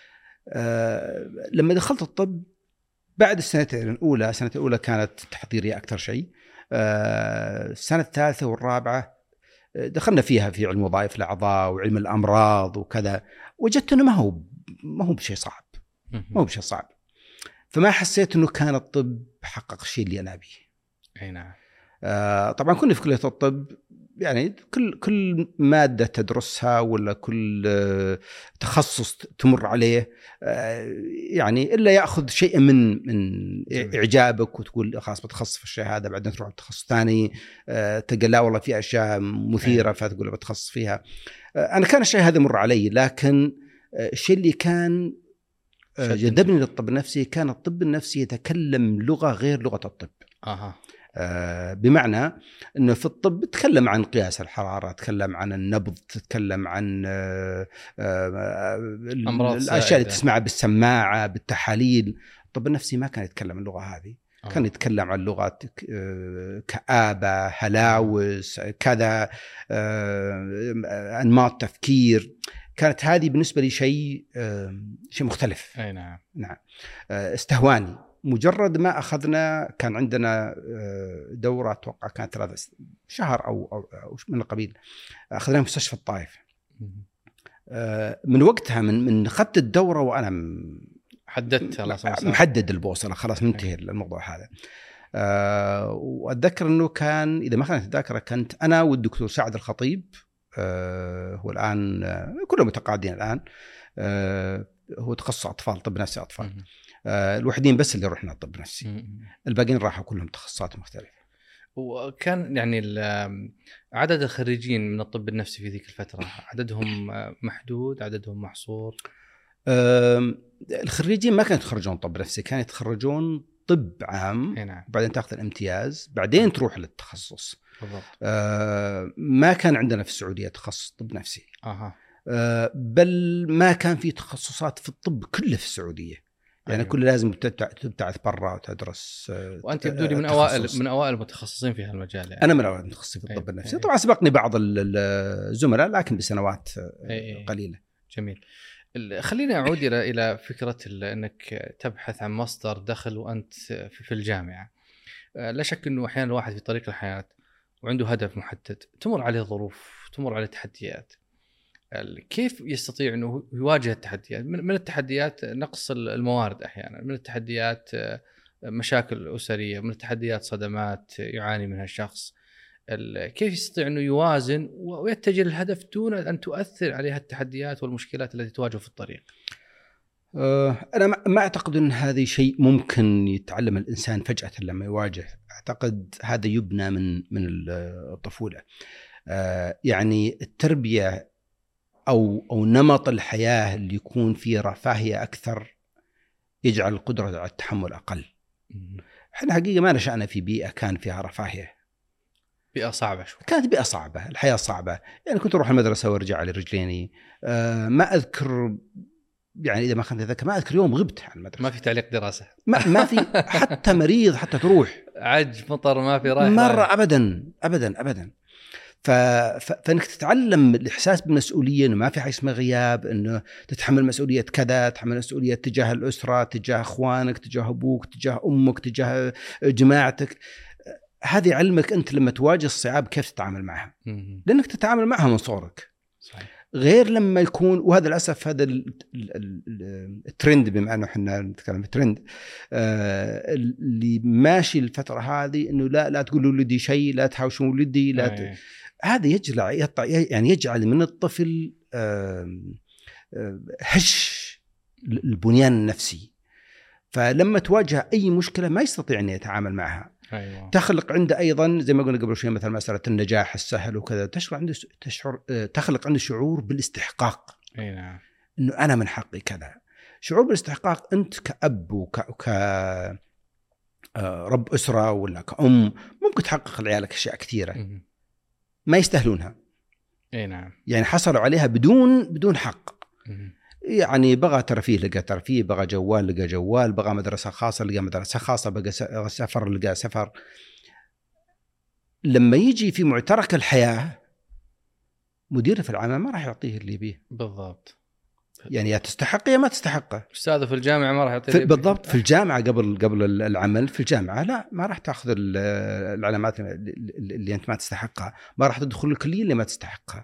لما دخلت الطب بعد السنة الأولى كانت تحضيرية أكثر شيء. السنة الثالثة والرابعة دخلنا فيها في علم وظائف الأعضاء وعلم الأمراض وكذا، وجدت أنه ما هو بشيء صعب، ما هو بشيء صعب. فما حسيت أنه كان الطب حقق الشيء اللي أنا أبيه. أي نعم. طبعا كنا في كلية الطب، يعني كل مادة تدرسها ولا كل تخصص تمر عليه يعني إلا يأخذ شيء من إعجابك، وتقول خلاص بتخصص في الشيء هذا، بعدين تروح بتخصص ثاني تلقى لا والله في أشياء مثيرة فتقول بتخصص فيها. أنا كان الشيء هذا مر علي، لكن الشيء اللي كان جذبني للطب النفسي كان الطب النفسي يتكلم لغة غير لغة الطب. بمعنى أنه في الطب تتكلم عن قياس الحرارة، تتكلم عن النبض، تتكلم عن الأشياء اللي تسمعها بالسماعة، بالتحاليل. الطب النفسي ما كان يتكلم اللغة هذه، كان يتكلم عن لغات كآبة، هلاوس، كذا، أنماط تفكير. كانت هذه بالنسبة لي شيء مختلف. أي نعم. نعم. استهواني. مجرد ما أخذنا، كان عندنا دورة أتوقع كانت 3 شهر أو من القبيل، أخذنا مستشفى الطائف. من وقتها من أخذت الدورة وأنا حددت محدد البوصلة، خلاص منتهي الموضوع هذا. وأتذكر أنه كان، إذا ما كانت الذاكرة، كنت أنا والدكتور سعد الخطيب، هو الآن كلهم متقاعدين الآن، هو تخصص أطفال، طب نفسي أطفال. الوحيدين بس اللي رحنا طب نفسي، الباقيين راحوا كلهم تخصصات مختلفة. وكان يعني عدد الخريجين من الطب النفسي في ذيك الفترة عددهم محدود، عددهم محصور؟ الخريجين ما كانوا يتخرجون طب نفسي، كانوا يتخرجون طب عام. نعم. بعدين تأخذ الامتياز، بعدين تروح للتخصص. بالضبط. ما كان عندنا في السعودية تخصص طب نفسي. بل ما كان في تخصصات في الطب كله في السعودية. يعني كل لازم تبتعث برا وتدرس. وأنت يبدو لي من أوائل المتخصصين في هالمجال. يعني أنا من أوائل المتخصصين في الطب النفسي. طبعا سبقني بعض الزملاء لكن بسنوات قليلة. جميل. خلينا أعود إلى فكرة أنك تبحث عن مصدر دخل وأنت في الجامعة. لا شك أنه أحيانا الواحد في طريق الحياة وعنده هدف محدد، تمر عليه ظروف، تمر عليه تحديات. كيف يستطيع أنه يواجه التحديات؟ من التحديات نقص الموارد أحيانا، من التحديات مشاكل أسرية، من التحديات صدمات يعاني منها الشخص. كيف يستطيع أنه يوازن ويتجه للهدف دون أن تؤثر عليها التحديات والمشكلات التي تواجهه في الطريق؟ أنا ما أعتقد أن هذا شيء ممكن يتعلم الإنسان فجأة لما يواجه. أعتقد هذا يبنى من الطفولة. يعني التربية أو نمط الحياة اللي يكون فيه رفاهية أكثر يجعل القدرة على التحمل أقل. احنا حقيقة ما نشأنا في بيئة كان فيها رفاهية، بيئة صعبة شوي، كانت بيئة صعبة، الحياة صعبة. يعني كنت أروح المدرسة وارجع على رجليني. ما أذكر، يعني إذا ما كنت أتذكر ما أذكر يوم غبت عن المدرسة. ما في تعليق دراسة، ما في حتى مريض حتى تروح عج مطر ما في رايح مرة رايح. أبدا. فإنك تتعلم الإحساس بالمسؤولية، إنه ما في حاجة اسمها غياب، إنه تتحمل مسؤولية كذا، تتحمل مسؤولية تجاه الأسرة، تجاه أخوانك، تجاه أبوك، تجاه أمك، تجاه جماعتك. هذه علمك أنت لما تواجه الصعاب كيف تتعامل معها، لأنك تتعامل معها من صغرك. صحيح. غير لما يكون، وهذا للأسف هذا الترند، بما أنه إحنا نتكلم الترند اللي ماشي الفترة هذه، إنه لا تقول لولدي شيء، لا تحاوشوا ولدي، لا هذا يجعل من الطفل هش البنيان النفسي. فلما تواجه أي مشكلة ما يستطيع أن يتعامل معها. أيوة. تخلق عنده أيضا زي ما قلنا قبل شوي مثلا مسألة النجاح السهل وكذا، تخلق عنده شعور بالاستحقاق. أي نعم. إنه أنا من حقي كذا. شعور بالاستحقاق أنت كأب رب أسرة ولا كأم ممكن تحقق لعيالك أشياء كثيرة ما يستاهلونها. أي نعم. يعني حصلوا عليها بدون حق. يعني بغى ترفيه لقى ترفيه، بغى جوال لقى جوال، بغى مدرسة خاصة لقى مدرسة خاصة، بغى سفر لقى سفر. لما يجي في معترك الحياة مديره في العمل ما راح يعطيه اللي يبيه. بالضبط. يعني يا تستحق يا ما تستحقه. أستاذه في الجامعة ما راح يعطيه بالضبط. في الجامعة قبل العمل في الجامعة لا، ما راح تأخذ العلامات اللي أنت ما تستحقها، ما راح تدخل الكلية اللي ما تستحقها.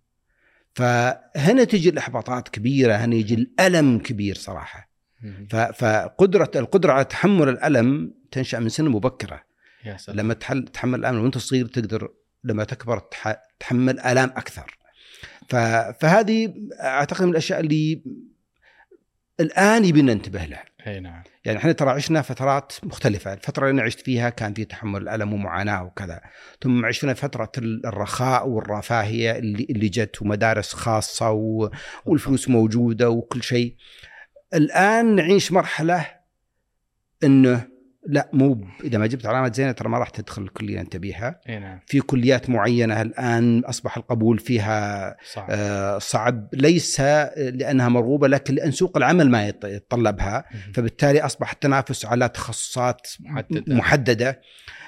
فهنا تجي الإحباطات كبيرة، هنا يجي الألم كبير صراحة. القدرة على تحمل الألم تنشأ من سن مبكرة. يا سلام. لما تحمل الألم وأنت صغير تقدر لما تكبر تحمل آلام أكثر. فهذه أعتقد من الأشياء اللي الآن يبينا ننتبه لها. أي نعم. يعني احنا ترى عشنا فترات مختلفة. الفترة اللي أنا عشت فيها كان في تحمل الألم ومعاناة وكذا، ثم عشنا فترة الرخاء والرفاهية اللي جت، ومدارس خاصة والفلوس موجودة وكل شيء. الآن نعيش مرحلة إنه لا، مو إذا ما جبت علامة زينة ترى ما راح تدخل الكلية أنت بيها. نعم. في كليات معينة الآن أصبح القبول فيها صعب، ليس لأنها مرغوبة لكن لأن سوق العمل ما يتطلبها. فبالتالي أصبح التنافس على تخصصات محددة.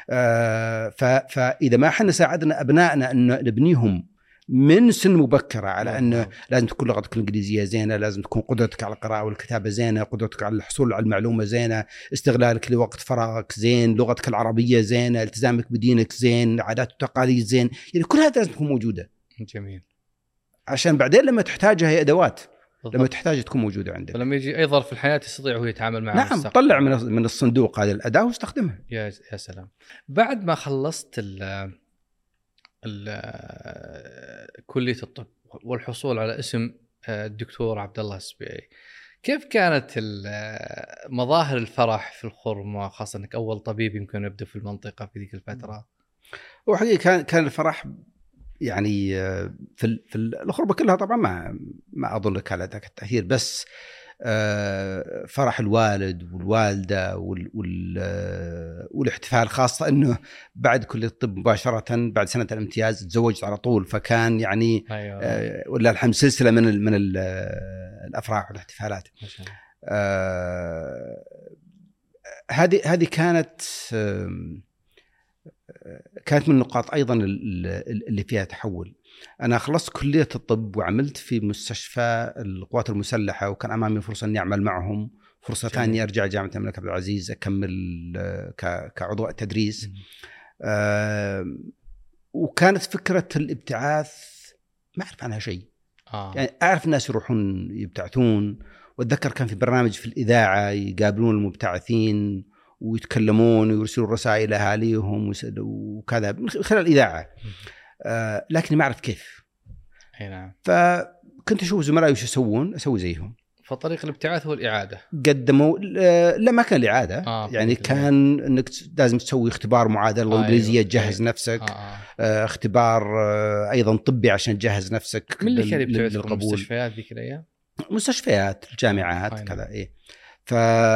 فإذا ما حنا ساعدنا أبنائنا أن نبنيهم من سن مبكرة على أنه لازم تكون لغتك الإنجليزية زينة، لازم تكون قدرتك على القراءة والكتابة زينة، قدرتك على الحصول على المعلومة زينة، استغلالك لوقت فراغك زين، لغتك العربية زينة، التزامك بدينك زين، عادات وتقاليد زين. يعني كل هذا لازم تكون موجودة. جميل. عشان بعدين لما تحتاجها هي أدوات. بالضبط. لما تحتاج تكون موجودة عندك. ولما يجي أي ظرف في الحياة يستطيع هو يتعامل معه. نعم. طلع من الصندوق هذه الأداة واستخدمها. يا سلام. بعد ما خلصت كلية الطب والحصول على اسم الدكتور عبد الله السبيعي، كيف كانت مظاهر الفرح في الخرمة، خاصة أنك أول طبيب يمكن يبدأ في المنطقة في ذيك الفترة؟ وحقيقة كان الفرح يعني في الخربة كلها طبعا ما أظن كان ذاك التأثير، بس فرح الوالد والوالدة والاحتفال، خاصة أنه بعد كلية الطب مباشرة بعد سنة الامتياز تزوجت على طول، فكان يعني أيوة. ولا الحمد سلسلة من الأفراح والاحتفالات. هذه كانت من النقاط أيضا اللي فيها تحول. أنا خلصت كلية الطب وعملت في مستشفى القوات المسلحة، وكان أمامي فرصة أني أعمل معهم، فرصة ثانية أرجع جامعة الملك عبد العزيز أكمل كعضو تدريس. وكانت فكرة الابتعاث ما أعرف عنها شيء. يعني أعرف الناس يروحون يبتعثون، وأتذكر كان في برنامج في الإذاعة يقابلون المبتعثين ويتكلمون ويرسلوا رسائل أهاليهم وكذا من خلال الإذاعة. لكن ما أعرف كيف. نعم. فكنت أشوف زملائي وش يسوون، أسوي زيهم. فطريق الابتعاث هو الإعادة. قدموا لا ما كان الإعادة. يعني كان إنك لازم تسوي اختبار معادلة الإنجليزية تجهز نفسك. اختبار أيضا طبي عشان تجهز نفسك. من اللي كان يبتعث في المستشفيات ذيك الأيام؟ مستشفيات الجامعات كذا. إيه. ف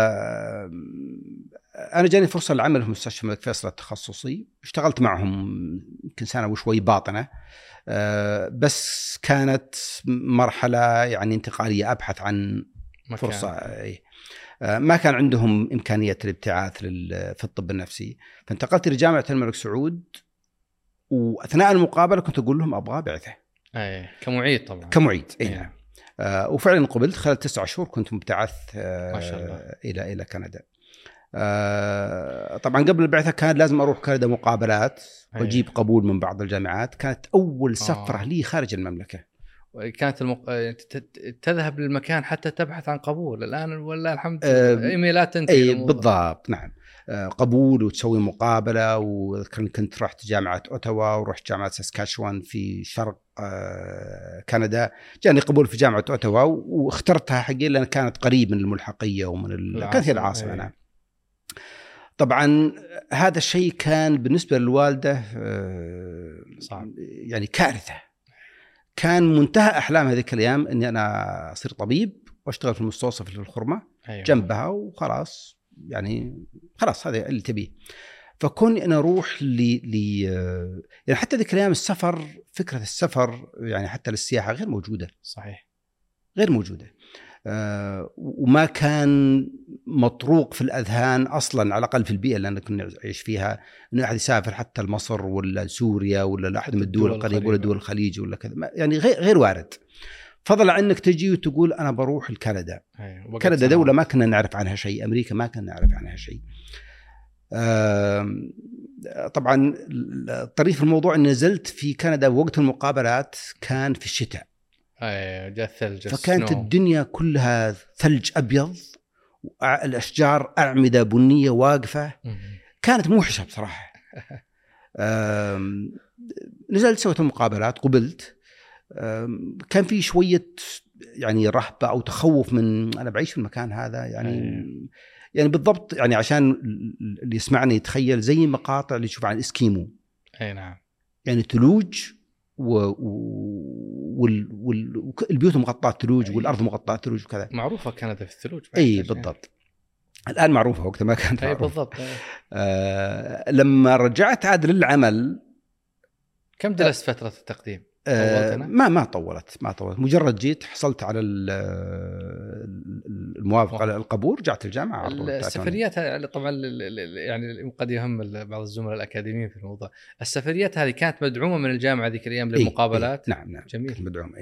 أنا جاني فرصة للعمل في مستشفى الملك فيصل التخصصي، اشتغلت معهم يمكن سنة وشوي باطنة، بس كانت مرحلة يعني انتقالية، أبحث عن فرصة. ما كان عندهم إمكانية الابتعاث في الطب النفسي، فانتقلت لجامعة الملك سعود، وأثناء المقابلة كنت أقول لهم أبغى بعثة كمعيد طبعا. كمعيد نعم. وفعلا قبلت، خلال 9 شهور كنت مبتعث ما شاء الله. إلى كندا. طبعا قبل البعثة كان لازم أروح كندا مقابلات وأجيب قبول من بعض الجامعات. كانت أول سفرة لي خارج المملكة. كانت تذهب للمكان حتى تبحث عن قبول. الآن ولا الحمد لله إيميلات تنتهي. بالضبط نعم. قبول وتسوي مقابلة. وكنت رحت جامعة أوتاوا ورحت جامعة ساسكاتشوان في شرق كندا. جاني قبول في جامعة أوتاوا واخترتها حقيقة لأن كانت قريب من الملحقية ومن كانت هي العاصمة. نعم. طبعا هذا الشيء كان بالنسبة للوالدة صعب، يعني كارثة. كان منتهى أحلام هذيك الأيام أني أنا أصير طبيب وأشتغل في المستوصف للخرمة جنبها وخلاص، يعني خلاص هذا اللي تبيه. فكون أنا أروح يعني حتى ذيك الأيام السفر، فكرة السفر يعني حتى للسياحة غير موجودة. صحيح، غير موجودة. وما كان مطروق في الأذهان أصلا، على الأقل في البيئة اللي أنا كنا نعيش فيها، إنه أحد يسافر حتى لمصر ولا سوريا ولا أحد من الدول القريبة ولا دول الخليج ولا كذا، يعني غير وارد. فضل عنك تجي وتقول أنا بروح لكندا. كندا دولة ما كنا نعرف عنها شيء، أمريكا ما كنا نعرف عنها شيء. طبعا طريف الموضوع أن نزلت في كندا وقت المقابلات كان في الشتاء، جاء الثلج، فكانت الدنيا كلها ثلج أبيض، الأشجار أعمدة بنية واقفة. كانت موحشة بصراحة. نزلت سويت المقابلات، قبلت. كان في شوية يعني رهبة أو تخوف من أنا بعيش في المكان هذا، يعني بالضبط، يعني عشان اللي يسمعني يتخيل زي مقاطع اللي يشوف عن إسكيمو. نعم. يعني ثلوج والبيوت مغطاة ثلوج والأرض مغطاة ثلوج وكذا. معروفة كندا في الثلوج. بالضبط. الآن معروفة، وقت ما كانت معروفة. بالضبط. لما رجعت عاد للعمل، كم جلست فترة التقديم؟ ما طولت. مجرد جيت حصلت على الموافقة على القبول، رجعت الجامعة. السفريات طبعا يعني قد يهم بعض الزملاء الأكاديميين في الموضوع. السفريات هذه كانت مدعومة من الجامعة ذيك الأيام للمقابلات؟ نعم. جميل. مدعومة.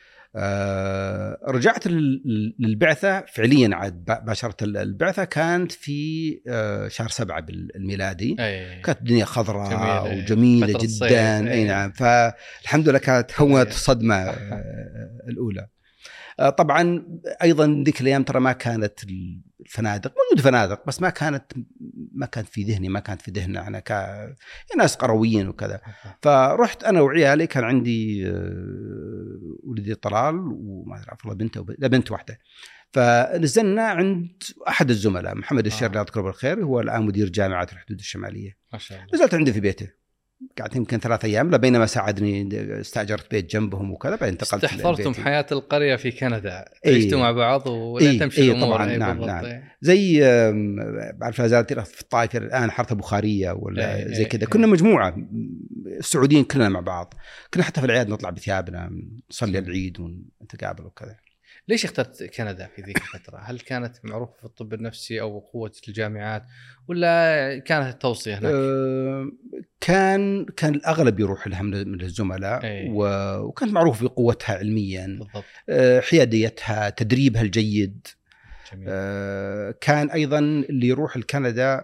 رجعت للبعثة فعليا. عاد باشرت البعثة كانت في شهر 7 بالميلادي. كانت الدنيا خضراء وجميلة جدا. نعم. فالحمد لله كانت هونت الصدمة الأولى. طبعا أيضا ذيك الأيام ترى ما كانت الفنادق، موجود فنادق بس ما كانت في ذهني، ما كانت في ذهننا أنا ناس قرويين وكذا. فرحت أنا وعيالي، كان عندي ولدي طلال وما أعرف الله بنت واحدة. فنزلنا عند أحد الزملاء محمد الشر الله يذكره بالخير، هو الآن مدير جامعة الحدود الشمالية. ما شاء الله. نزلت عنده في بيته، قعدت يمكن 3 أيام، بينما ساعدني استأجرت بيت جنبهم وكذا. بعدين انتقلت. استحضرتم حياة القرية في كندا، عشتوا مع بعض ولا تمشي الأمور؟ طبعا. نعم. زي بعرف لا زالت في الطائف الآن حارة بخارية ولا زي كذا. كنا مجموعة السعوديين كلنا مع بعض، كنا حتى في العياد نطلع بثيابنا نصلي العيد ونتقابل وكذا. ليش اخترت كندا في ذيك الفترة؟ هل كانت معروفة في الطب النفسي أو قوة الجامعات، ولا كانت التوصية هناك؟ كان الأغلب يروح لها من الزملاء. وكانت معروفة بقوتها علميا. بالضبط. حياديتها، تدريبها الجيد. جميل. كان أيضا اللي يروح لكندا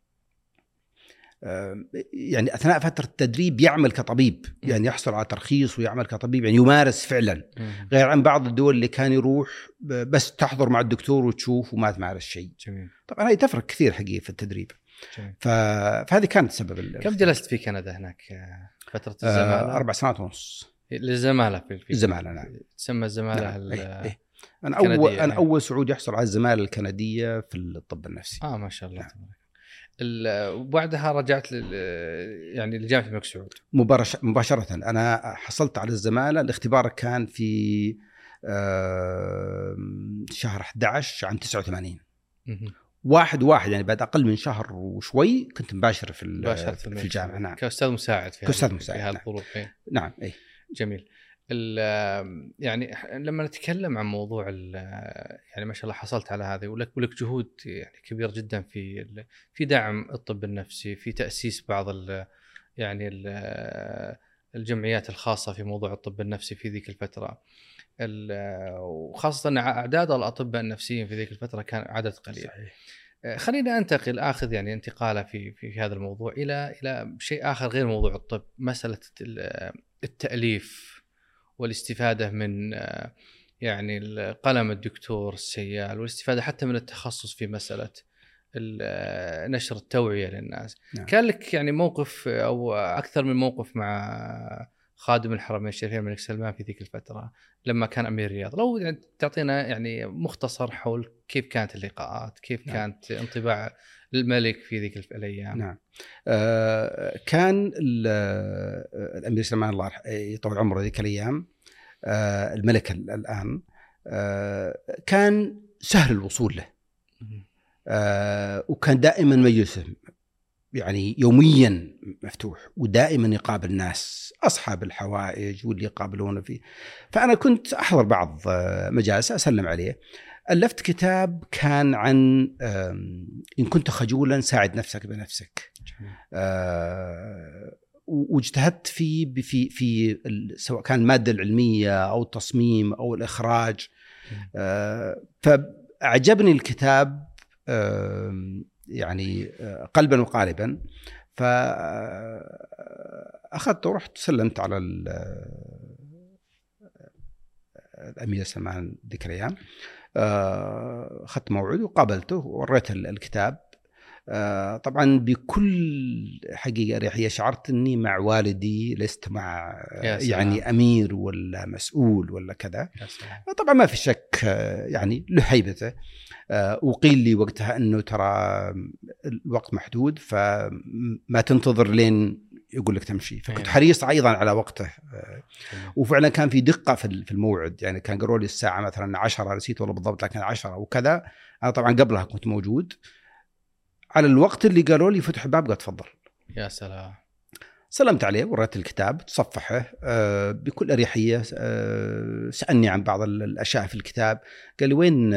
يعني أثناء فترة التدريب يعمل كطبيب، يعني يحصل على ترخيص ويعمل كطبيب، يعني يمارس فعلا. غير عن بعض الدول اللي كان يروح بس تحضر مع الدكتور وتشوف وما تمارس شيء. جميل. طبعا هي تفرق كثير حقيقي في التدريب. فهذه كانت سبب. كم جلست في كندا هناك فترة الزمالة؟ 4 سنوات ونص. للزمالة في الزمالة. نعم. تسمى الزمالة. نعم. أنا أول سعودي يحصل على الزمالة الكندية في الطب النفسي. ما شاء الله. نعم. وبعدها رجعت يعني لجامعة الملك سعود مباشرة. أنا حصلت على الزمالة. الاختبار كان في شهر 11 عام 89. واحد يعني بعد أقل من شهر وشوي كنت مباشر في الجامعة. نعم. كأستاذ مساعد في هذه الظروف. نعم. أي. جميل. يعني لما نتكلم عن موضوع يعني ما شاء الله حصلت على هذا ولك جهود يعني كبير جدا في دعم الطب النفسي، في تأسيس بعض يعني الجمعيات الخاصة في موضوع الطب النفسي في ذيك الفترة، وخاصة أن أعداد الأطباء النفسيين في ذيك الفترة كان عدد قليل. صحيح. خلينا أخذ يعني انتقالة في هذا الموضوع إلى شيء آخر غير موضوع الطب، مسألة التأليف والاستفادة من يعني قلم الدكتور السيال، والاستفادة حتى من التخصص في مسألة نشر التوعية للناس. نعم. كان لك يعني موقف أو أكثر من موقف مع خادم الحرمين الشريفين الملك سلمان في ذيك الفترة لما كان أمير الرياض، لو يعني تعطينا يعني مختصر حول كيف كانت اللقاءات، كيف نعم. كانت انطباع الملك في ذيك الأيام. نعم. كان الأمير سلمان الله يطول عمره ذيك الأيام، الملك الآن، كان سهل الوصول له، وكان دائما مجلسه يعني يوميا مفتوح، ودائما يقابل الناس أصحاب الحوائج واللي يقابلونه فيه. فأنا كنت أحضر بعض مجالس أسلم عليه. ألفت كتاب كان عن إن كنت خجولا ساعد نفسك بنفسك، واجتهدت في سواء كان المادة العلمية أو التصميم أو الإخراج. فأعجبني الكتاب يعني قلبا وقالبا، فأخذت ورحت سلمت على الأمير سلمان ذيك الأيام. أخذت موعد وقابلته ووريته الكتاب. طبعا بكل حقيقة أريحية شعرت أني مع والدي، لست مع يعني أمير ولا مسؤول ولا كذا. طبعا ما في شك يعني له هيبته. وقيل لي وقتها أنه ترى الوقت محدود، فما تنتظر لين يقول لك تمشي. فكنت حريص أيضا على وقته، وفعلا كان في دقة في الموعد. يعني كان قالوا لي الساعة مثلا 10، نسيت والله بالضبط لكن 10 وكذا. أنا طبعا قبلها كنت موجود على الوقت اللي قالوا لي فتح الباب قال تفضل. يا سلام. سلمت عليه ورأيت الكتاب، تصفحه بكل أريحية. سألني عن بعض الأشياء في الكتاب، قال لي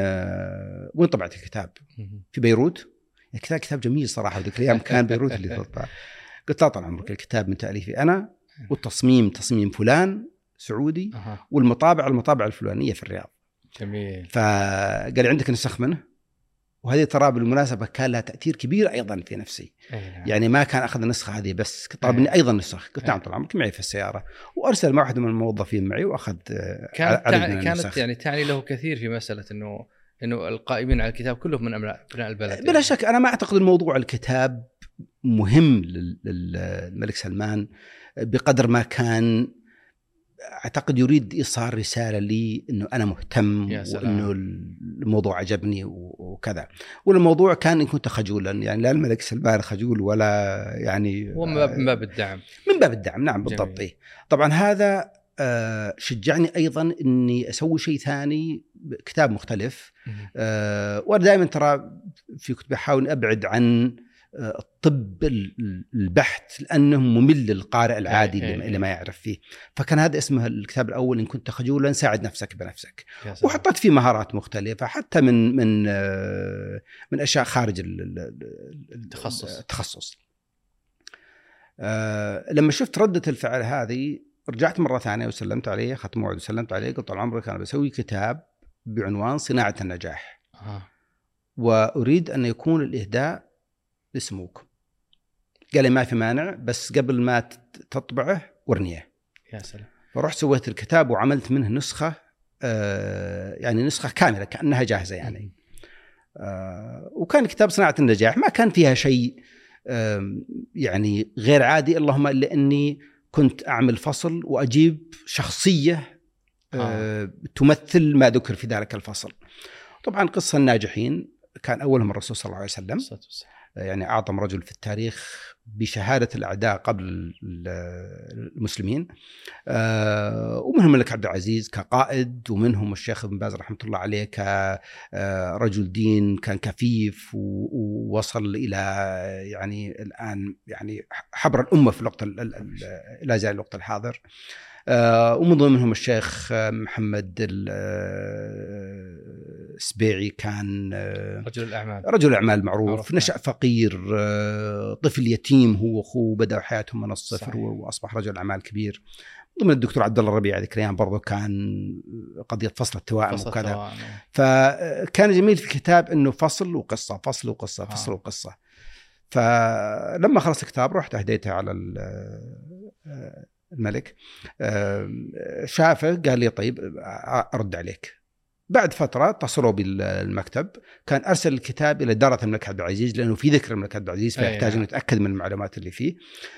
وين طبعت الكتاب؟ في بيروت. الكتاب كتاب جميل صراحة، ذيك الأيام كان بيروت اللي تطبع. قلت لا طال عمرك، الكتاب من تأليفي أنا، والتصميم تصميم فلان سعودي، والمطابع الفلانية في الرياض. جميل. فقال لي عندك نسخ منه؟ وهذه ترى بالمناسبة كان لها تأثير كبير أيضا في نفسي. يعني ما كان أخذ النسخة هذه بس، طلب مني أيضا نسخ. قلت نعم طال عمرك، معي في السيارة. وأرسل مع واحد من الموظفين معي وأخذ كانت يعني تعني له كثير في مسألة إنه القائمين على الكتاب كلهم من أبناء البلد. بلا شك. أنا ما أعتقد الموضوع الكتاب مهم للملك سلمان بقدر ما كان أعتقد يريد إيصال رسالة لي إنه أنا مهتم، وإنه الموضوع عجبني وكذا. والموضوع كان إن كنت خجولا، يعني لا الملك سلمان خجول ولا يعني هو من باب الدعم. من باب الدعم. نعم بالضبط. إيه. طبعا هذا شجعني أيضا إني أسوي شيء ثاني، كتاب مختلف. وأنا دائما ترى في كتب أحاول أبعد عن الطب البحث لأنه ممل للقارئ العادي اللي ما يعرف فيه. فكان هذا اسمه الكتاب الأول إن كنت خجولا ساعد نفسك بنفسك. وحطيت فيه مهارات مختلفة حتى من أشياء خارج التخصص. لما شفت ردة الفعل هذه رجعت مرة ثانية وسلمت عليه، أخذت موعد وسلمت عليه. قلت طال عمرك أنا بسوي كتاب بعنوان صناعة النجاح، وأريد أن يكون الإهداء لسموكم. قال لي ما في مانع، بس قبل ما تطبعه ورنيه. يا سلام. فرحت سويت الكتاب وعملت منه نسخة، يعني نسخة كاملة كأنها جاهزة يعني. وكان كتاب صناعة النجاح ما كان فيها شيء يعني غير عادي، اللهم إلا أني كنت أعمل فصل وأجيب شخصية تمثل ما ذكر في ذلك الفصل. طبعا قصة الناجحين كان أولهم الرسول صلى الله عليه وسلم. يعني أعظم رجل في التاريخ بشهادة الأعداء قبل المسلمين، ومنهم الملك عبد العزيز كقائد، ومنهم الشيخ ابن باز رحمة الله عليه كرجل دين كان كفيف ووصل إلى يعني الآن يعني حبر الأمة في الوقت لا زال الوقت الحاضر. ومن ضمنهم الشيخ محمد السبيعي كان رجل أعمال معروف، نشأ فقير، طفل يتيم هو وأخوه، بدأوا حياتهم من الصفر. صحيح. وأصبح رجل أعمال كبير. ضمن الدكتور عبد الله الربيع ذيك الأيام برضو كان قضية فصل التوائم وكذا. فكان جميل في الكتاب إنه فصل وقصة، فصل وقصة، فصل وقصة. فلما خلص الكتاب رحت أهديته على الملك، شافه قال لي طيب أرد عليك. بعد فترة اتصلوا بالمكتب، كان أرسل الكتاب إلى إدارة الملك عبد العزيز لأنه في ذكر الملك عبد العزيز فيحتاج أن يتأكد من المعلومات اللي فيه.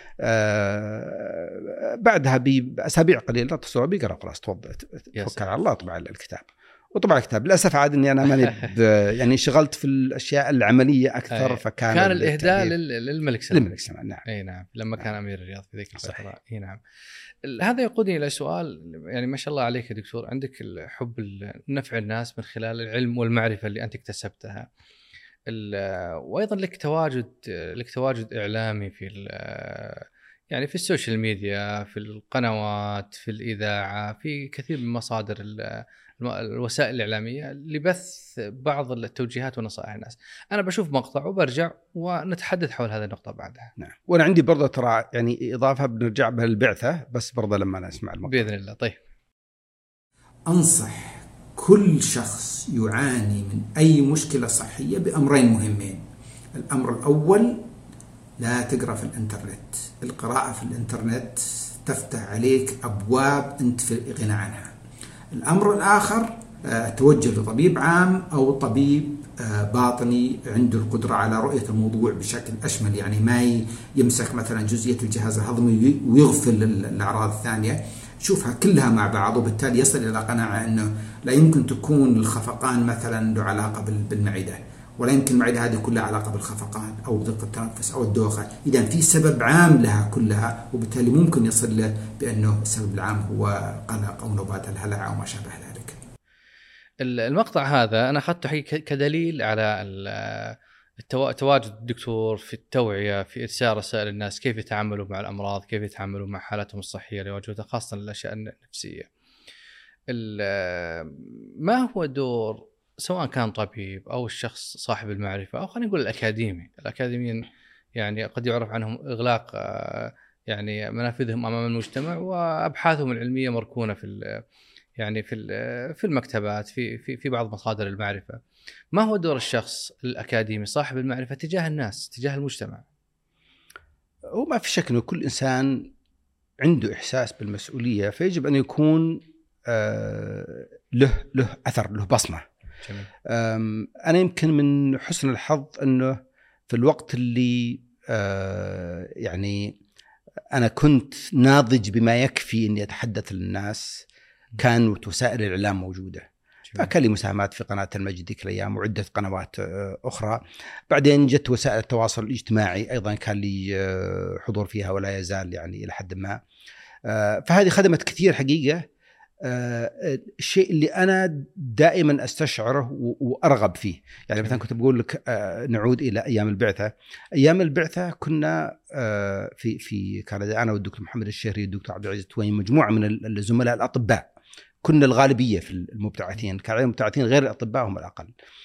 بعدها بأسابيع قليلة اتصلوا بي قالوا خلاص تفضل توكل على الله طبع الكتاب. وطبعا الكتاب للأسف عاد إني أنا ماني يعني شغلت في الأشياء العملية أكثر. فكان الإهداء للملك سلمان. نعم. أي نعم، لما كان أمير الرياض في ذيك الفترة. أي نعم. هذا يقودني إلى سؤال، يعني ما شاء الله عليك يا دكتور، عندك الحب نفع الناس من خلال العلم والمعرفة اللي أنت اكتسبتها، وأيضا لك تواجد إعلامي يعني في السوشيال ميديا، في القنوات، في الإذاعة، في كثير من مصادر الوسائل الإعلامية لبث بعض التوجيهات ونصائح الناس. أنا بشوف مقطع وبرجع ونتحدث حول هذه النقطة بعدها. نعم. وأنا عندي برضه ترى يعني إضافة بنرجع بها للبعثة، بس برضه لما نسمع المقطع بإذن الله. طيب، أنصح كل شخص يعاني من أي مشكلة صحية بأمرين مهمين. الأمر الأول، لا تقرأ في الإنترنت. القراءة في الإنترنت تفتح عليك أبواب أنت في غنى عنها. الأمر الآخر، توجه لطبيب عام أو طبيب باطني عنده القدرة على رؤية الموضوع بشكل أشمل، يعني ما يمسك مثلا جزئية الجهاز الهضمي ويغفل الأعراض الثانية، شوفها كلها مع بعض، وبالتالي يصل إلى قناعة أنه لا يمكن تكون الخفقان مثلا له علاقة بالمعدة، ولا يمكن المعدة هذه كلها علاقة بالخفقان أو بضيق التنفس أو الدوخة. إذا في سبب عام لها كلها، وبالتالي ممكن يصل له بأنه السبب العام هو قلق أو نوبات الهلع أو ما شابه ذلك. المقطع هذا أنا أخذته كدليل على تواجد الدكتور في التوعية، في إرسال رسائل الناس كيف يتعاملوا مع الأمراض، كيف يتعاملوا مع حالاتهم الصحية اللي موجودة، خاصة الأشياء النفسية. ما هو دور سواء كان طبيب أو الشخص صاحب المعرفة، أو خلينا نقول الأكاديميين، يعني قد يعرف عنهم إغلاق يعني منافذهم أمام المجتمع، وأبحاثهم العلمية مركونة في المكتبات، في بعض مصادر المعرفة. ما هو دور الشخص الأكاديمي صاحب المعرفة تجاه الناس، تجاه المجتمع؟ وما في شك أنه كل إنسان عنده إحساس بالمسؤولية، فيجب أن يكون له أثر، له بصمة. جميل. أنا يمكن من حسن الحظ أنه في الوقت اللي يعني أنا كنت ناضج بما يكفي أني أتحدث للناس، كانت وسائل الإعلام موجودة. فكان لي مساهمات في قناة المجد ذيك الأيام وعدة قنوات أخرى. بعدين جت وسائل التواصل الاجتماعي، أيضا كان لي حضور فيها ولا يزال يعني إلى حد ما. فهذه خدمت كثير حقيقة. الشيء اللي أنا دائما أستشعره وأرغب فيه، يعني مثلا كنت بقول لك نعود إلى أيام البعثة. أيام البعثة كنا في كندا، أنا والدكتور محمد الشهري والدكتور عبد العزيز التويني، مجموعة من الزملاء الأطباء، كنا الغالبية في المبتعثين، كان المبتعثين غير الأطباء هم الأقل.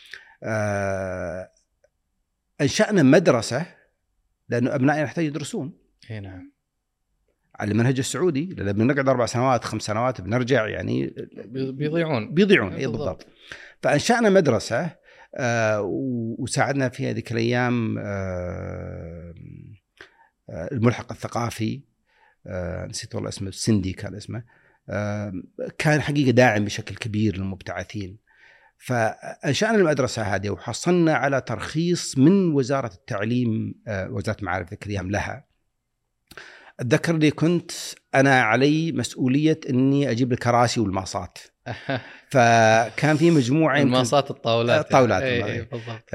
أنشأنا مدرسة لأنه أبنائنا يحتاج يدرسون. نعم. على المنهج السعودي، لأن بنقعد 4 سنوات 5 سنوات بنرجع، يعني بيضيعون. إيه بالضبط. فأنشأنا مدرسة وساعدنا في هذه الأيام الملحق الثقافي، نسيت والله اسمه، السندي كان اسمه، كان حقيقة داعم بشكل كبير للمبتعثين. فأنشأنا المدرسة هذه وحصلنا على ترخيص من وزارة التعليم، وزارة المعارف ذيك الأيام لها. أتذكر لي كنت أنا علي مسؤولية أني أجيب الكراسي والماصات، فكان في مجموعه المنصات الطاولات يعني. بالضبط.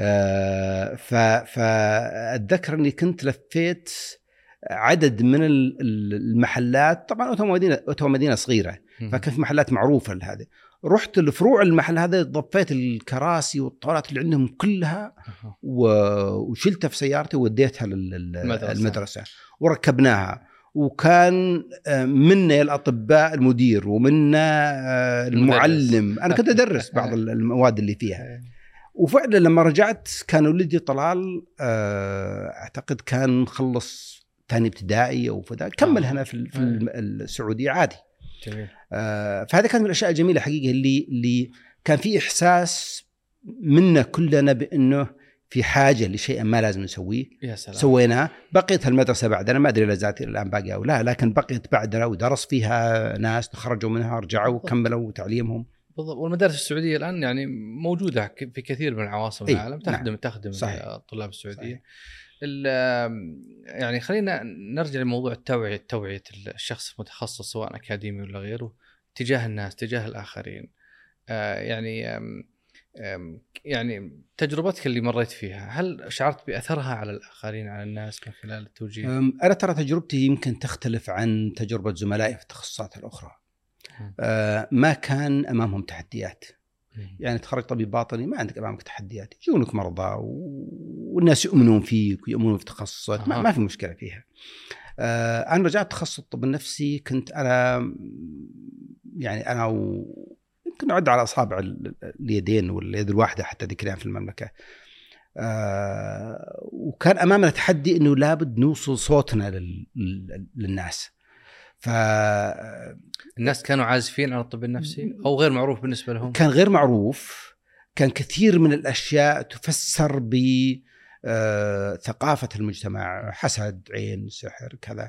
فاتذكر اني كنت لفيت عدد من المحلات، طبعا اوتوا مدينه صغيره، فكان في محلات معروفه لهذه. رحت لفروع المحل هذا، ضفيت الكراسي والطاولات اللي عندهم كلها وشلتها في سيارتي ووديتها للمدرسة وركبناها. وكان منا الأطباء المدير ومنا المعلم، أنا كنت أدرس بعض المواد اللي فيها. وفعلا لما رجعت كان ولدي طلال أعتقد كان خلص ثاني ابتدائي أو فدا، كمل هنا في السعودية عادي. جميل. فهذا كان من الأشياء الجميلة حقيقة اللي كان في إحساس منا كلنا بأنه في حاجة لشيء ما لازم نسويه. سويناه. بقيت المدرسة بعدنا، ما أدري لازالت الآن باقي أو لا، لكن بقيت بعدنا ودرس فيها ناس تخرجوا منها رجعوا وكملوا تعليمهم. بالضبط. والمدارس السعودية الآن يعني موجودة في كثير من عواصم العالم، تخدم الطلاب السعوديين. يعني خلينا نرجع لموضوع توعية الشخص المتخصص سواء أكاديمي ولا غيره تجاه الناس، تجاه الآخرين. يعني تجربتك اللي مريت فيها، هل شعرت بأثرها على الآخرين، على الناس من خلال التوجيه؟ أنا ترى تجربتي يمكن تختلف عن تجربة زملائي في التخصصات الأخرى. ما كان أمامهم تحديات. يعني تخرج طبيب باطني ما عندك أمامك تحديات، يجونك مرضى والناس يؤمنون فيك ويؤمنون في تخصصك، ما في مشكلة فيها. أنا رجعت تخصص الطب النفسي، كنت أنا يعني أنا يمكن أعد على أصابع اليدين واليد الواحدة حتى ذكريان في المملكة. وكان أمامنا تحدي إنه لابد نوصل صوتنا للناس. الناس كانوا عازفين عن الطب النفسي أو غير معروف بالنسبة لهم؟ كان غير معروف. كان كثير من الأشياء تفسر بثقافة المجتمع، حسد، عين، سحر، كذا.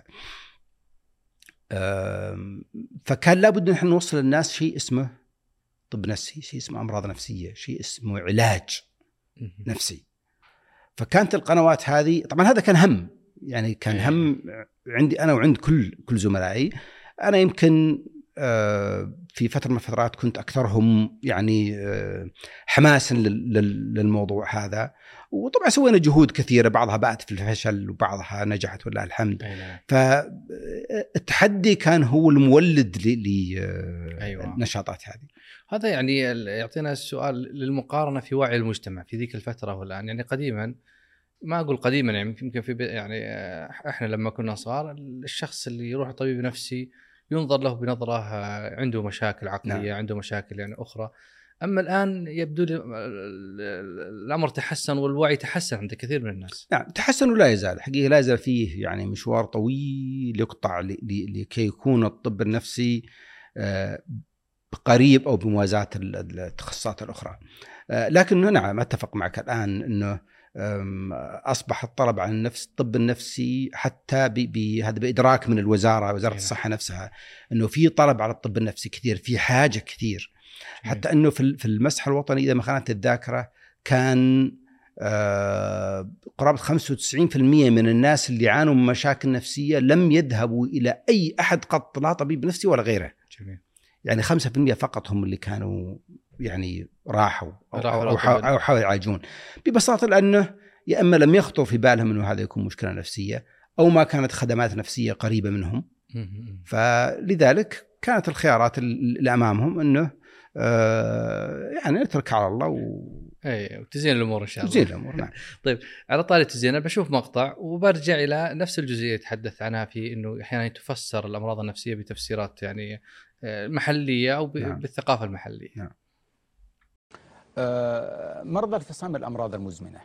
فكان لابد نحن نوصل للناس شيء اسمه طب نفسي، شيء اسمه أمراض نفسية، شيء اسمه علاج نفسي. فكانت القنوات هذه، طبعا هذا كان هم، يعني كان هم عندي أنا وعند كل زملائي. أنا يمكن في فترة من الفترات كنت أكثرهم يعني حماسا للموضوع هذا. وطبعا سوينا جهود كثيرة، بعضها بات في الفشل وبعضها نجحت والله الحمد. فالتحدي كان هو المولد للنشاطات هذه. هذا يعني يعطينا السؤال للمقارنة في وعي المجتمع في ذيك الفترة والآن. يعني قديما، ما أقول قديما، يعني يمكن في يعني إحنا لما كنا صغار الشخص اللي يروح طبيب نفسي ينظر له بنظرة عنده مشاكل عقلية، عنده مشاكل يعني أخرى. أما الآن يبدو الأمر تحسن والوعي تحسن عند كثير من الناس. نعم تحسن ولا يزال حقيقة، لا يزال فيه يعني مشوار طويل يقطع لكي يكون الطب النفسي قريب أو بموازاة التخصصات الأخرى. لكن نعم أتفق معك الآن أنه أصبح الطلب على النفس الطب النفسي حتى هذا بإدراك من وزارة الصحة نفسها، أنه في طلب على الطب النفسي كثير، في حاجة كثير. حتى أنه في المسح الوطني إذا ما خانت الذاكرة كان قرابة 95% من الناس اللي يعانوا من مشاكل نفسية لم يذهبوا إلى أي أحد قط، لا طبيب نفسي ولا غيره. جميل. يعني 5% فقط هم اللي كانوا يعني راحوا أو حاولوا يعالجون، ببساطة لأنه يا إما لم يخطر في بالهم أنه هذا يكون مشكلة نفسية، أو ما كانت خدمات نفسية قريبة منهم. فلذلك كانت الخيارات اللي أمامهم أنه يعني نترك على الله وتزين الأمور إن شاء الله. تزين الأمور. نعم. طيب على طاري التزيين بشوف مقطع وبرجع إلى نفس الجزئية تحدث عنها، في إنه أحيانا تفسر الأمراض النفسية بتفسيرات يعني محلية أو بالثقافة المحلية. نعم. مرضى الفصام الأمراض المزمنة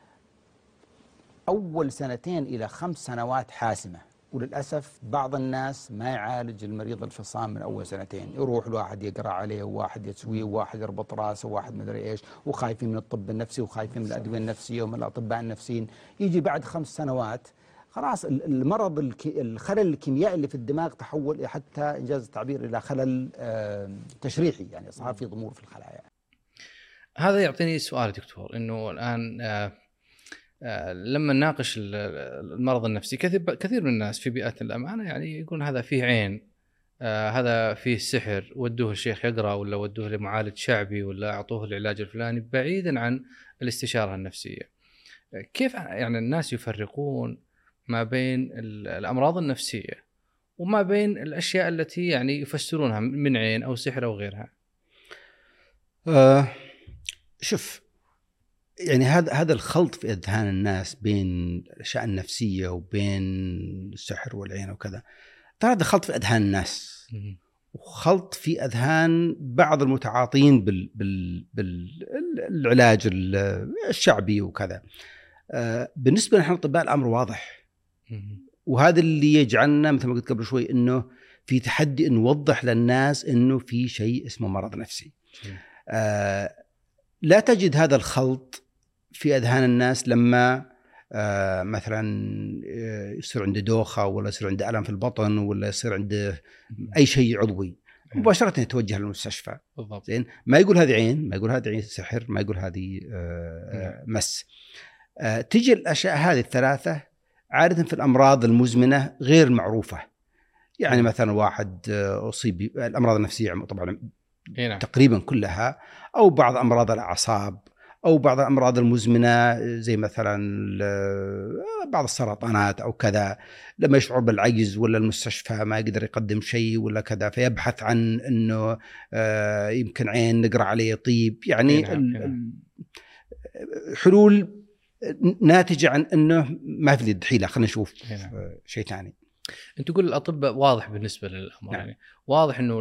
أول 2 إلى 5 سنوات حاسمة، وللأسف بعض الناس ما يعالج المريض الفصام من أول 2 يروح الواحد يقرأ عليه وواحد يتسويه وواحد يربط راسه وواحد مدري إيش، وخايفين من الطب النفسي وخايفين من الأدوية النفسية ومن الأطباء النفسيين. يجي بعد 5 سنوات خلاص المرض الخلل الكيميائي اللي في الدماغ تحول حتى إنجاز التعبير إلى خلل تشريحي، يعني صار في ضمور في الخلايا. هذا يعطيني سؤال دكتور، إنه الآن لما نناقش المرض النفسي كثير من الناس في بيئة الأمانة يعني يقول هذا فيه عين، هذا فيه سحر، ودوه الشيخ يقرأ ولا ودوه لمعالج شعبي ولا أعطوه العلاج الفلاني، بعيدا عن الاستشارة النفسية. كيف يعني الناس يفرقون ما بين الأمراض النفسية وما بين الأشياء التي يعني يفسرونها من عين أو سحر أو غيرها؟ شوف، يعني هذا الخلط في أذهان الناس بين الأشياء النفسية وبين السحر والعين وكذا، ترى هذا خلط في أذهان الناس وخلط في أذهان بعض المتعاطين بالعلاج الشعبي وكذا. بالنسبة لنا أطباء الأمر واضح، وهذا اللي يجعلنا مثل ما قلت قبل شوي إنه في تحدي إن نوضح للناس إنه في شيء اسمه مرض نفسي. لا تجد هذا الخلط في أذهان الناس لما مثلا يصير عنده دوخة ولا يصير عنده ألم في البطن ولا يصير عنده أي شيء عضوي، مباشرة يتوجه للمستشفى. زين، ما يقول هذه عين، ما يقول هذه عين سحر، ما يقول هذه مس. تجي الأشياء هذه الثلاثة عادة في الأمراض المزمنة غير معروفة. يعني مثلا واحد أصيب بالأمراض النفسية طبعا تقريبا كلها، أو بعض أمراض الأعصاب، أو بعض الأمراض المزمنة زي مثلا بعض السرطانات أو كذا، لما يشعر بالعجز ولا المستشفى ما يقدر يقدم شيء ولا كذا، فيبحث عن أنه يمكن عين نقرأ عليه طيب. يعني حلول ناتجة عن أنه ما في اليد حيلة، خلينا نشوف شيء ثاني. أنت تقول الأطباء واضح بالنسبة للأمر. يعني واضح أنه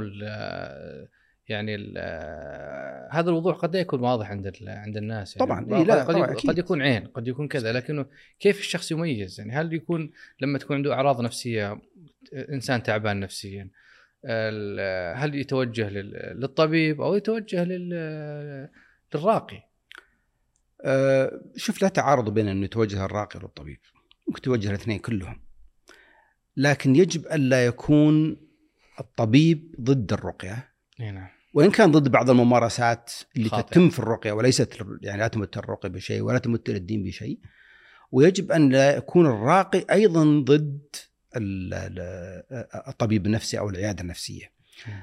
هذا الوضوح قد يكون واضح عند الناس. يعني طبعا قد يكون عين، قد يكون كذا، لكنه كيف الشخص يميز؟ يعني هل يكون لما تكون عنده أعراض نفسية، إنسان تعبان نفسيا، هل يتوجه للطبيب أو يتوجه للراقي؟ شوف، لا تعارض بين أنه يتوجه الراقي والطبيب، ممكن توجه الاثنين كلهم، لكن يجب ألا يكون الطبيب ضد الرقية. نعم. وإن كان ضد بعض الممارسات اللي تتم في الرقية، وليست يعني لا تمت الرقية بشيء ولا تمت الدين بشيء. ويجب أن لا يكون الراقي أيضا ضد الطبيب النفسي أو العيادة النفسية.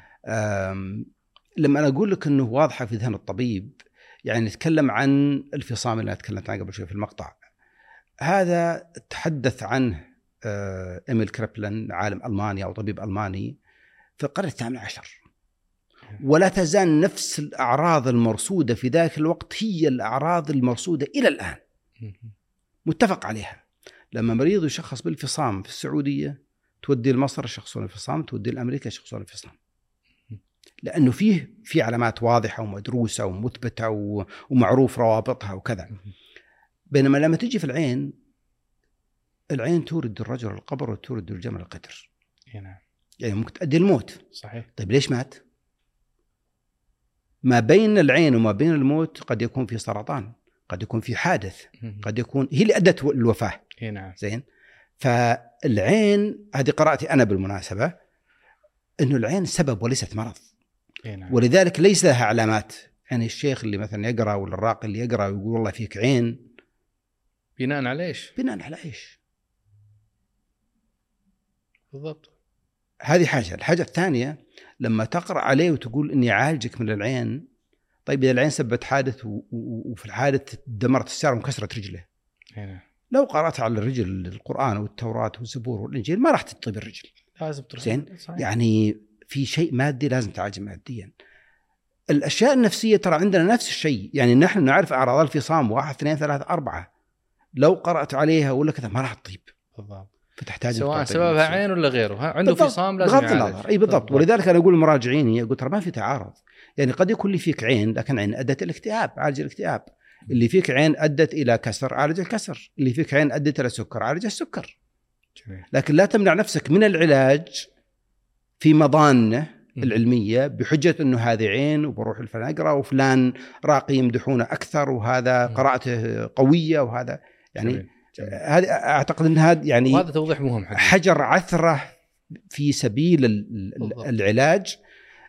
لما أنا أقول لك أنه واضحة في ذهن الطبيب، يعني نتكلم عن الفصام اللي أنا تكلمت عنه قبل شوي في المقطع. هذا تحدث عنه إيميل كريبلن، عالم ألماني أو طبيب ألماني في القرن 18، ولا تزال نفس الأعراض المرصودة في ذاك الوقت هي الأعراض المرصودة إلى الآن، متفق عليها. لما مريض يشخص بالفصام في السعودية، تودي لمصر يشخصون الفصام، تودي لأمريكا يشخصون الفصام، لأنه في علامات واضحة ومدروسة ومثبتة ومعروف روابطها وكذا. بينما لما تجي في العين تورد الرجل القبر وتورد الجمل القدر. يعني ممكن تؤدي الموت. صحيح. طيب ليش مات؟ ما بين العين وما بين الموت قد يكون في سرطان، قد يكون في حادث، قد يكون هي اللي أدت الوفاة. نعم. زين، فالعين هذه قرأتي أنا بالمناسبة إنه العين سبب وليست مرض. نعم. ولذلك ليس لها علامات. يعني الشيخ اللي مثلا يقرأ ولا الراقي اللي يقرأ ويقول والله فيك عين، بناء على إيش؟ بناء على إيش؟ بالضبط. هذه حاجة. الحاجة الثانية، لما تقرأ عليه وتقول إني عالجك من العين، طيب إذا العين سبت حادث وفي الحادث دمرت السيارة وكسرت رجله، هنا. لو قرأت على الرجل القرآن والتوراة والزبور والإنجيل ما راح تطيب الرجل. لازم تروح. زين، يعني في شيء مادي لازم تعالج ماديا. الأشياء النفسية ترى عندنا نفس الشيء. يعني نحن نعرف أعراض الفصام 1 2 3 4، لو قرأت عليها ولا كذا ما راح تطيب. بالضبط. فتحتاج سواء سببها عين ولا غيره، عنده فصام لازم يعالج. النظر. اي بالضبط. ولذلك انا اقول لمراجعيني، قلت ترى ما في تعارض. يعني قد يكون لي فيك عين، لكن عين ادت الى الاكتئاب، عالج الاكتئاب. اللي فيك عين ادت الى كسر، عالج الكسر. اللي فيك عين ادت الى سكر، عالج السكر. جميل. لكن لا تمنع نفسك من العلاج في مضانه العلمية بحجة انه هذه عين وبروح الفلان اقرا وفلان راقي يمدحونه اكثر وهذا قراءته قوية وهذا يعني جميل. هذا اعتقد ان هذا يعني وهذا توضيح مهم حقيقي. حجر عثرة في سبيل العلاج.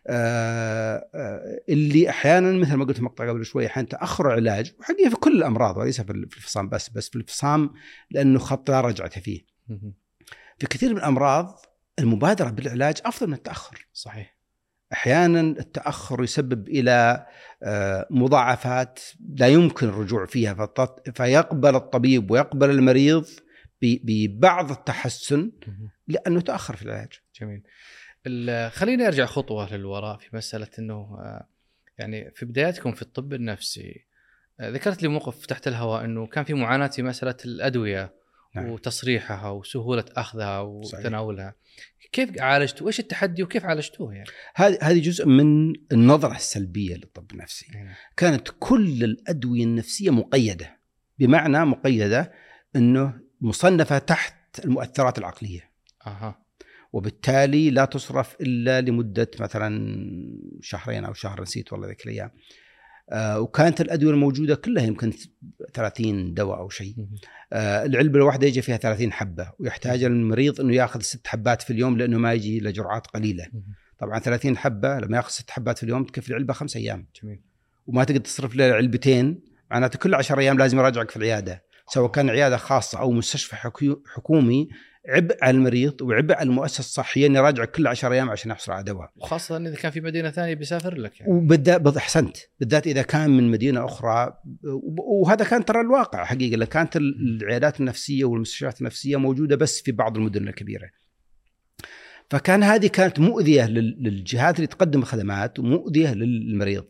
اللي احيانا مثل ما قلت مقطع قبل شوي احيانا تاخر علاج، وحقيقة في كل الامراض وليس في الفصام بس في الفصام لانه خط لا رجعة فيه. في كثير من الامراض المبادرة بالعلاج أفضل من التأخر. صحيح. أحيانا التأخر يسبب إلى مضاعفات لا يمكن الرجوع فيها، فيقبل الطبيب ويقبل المريض ببعض التحسن لأنه تأخر في العلاج. جميل. خليني أرجع خطوة للوراء في مسألة أنه يعني في بداياتكم في الطب النفسي ذكرت لي موقف تحت الهواء أنه كان في معاناة في مسألة الأدوية. نعم. وتصريحها وسهولة أخذها وتناولها. كيف عالجتوا؟ وإيش التحدي وكيف عالجتوه يعني؟ هذه جزء من النظرة السلبية للطب النفسي. نعم. كانت كل الأدوية النفسية مقيدة، بمعنى مقيدة أنه مصنفة تحت المؤثرات العقلية. وبالتالي لا تصرف إلا لمدة مثلا شهرين أو شهر، نسيت والله ذيك الأيام. وكانت الأدوية الموجودة كلها يمكن 30 دواء أو شيء. العلبة الواحدة يجي فيها 30 حبة، ويحتاج المريض أنه يأخذ 6 حبات في اليوم لأنه ما يجي لجرعات قليلة. طبعا 30 حبة لما يأخذ 6 حبات في اليوم تكفي العلبة 5 أيام. جميل. وما تقدر تصرف له علبتين، معناته كل 10 أيام لازم يراجعك في العيادة، سواء كان عيادة خاصة أو مستشفى حكومي. عبء على المريض وعبء على المؤسسة الصحية أن يراجعك كل 10 أيام عشان يحصل على دواء، وخاصة إذا كان في مدينة ثانية بيسافر لك يعني. أحسنت، بالذات إذا كان من مدينة أخرى. وهذا كان ترى الواقع حقيقة، اللي كانت العيادات النفسية والمستشفيات النفسية موجودة بس في بعض المدن الكبيرة. فكان هذه كانت مؤذية للجهات اللي تقدم الخدمات ومؤذية للمريض.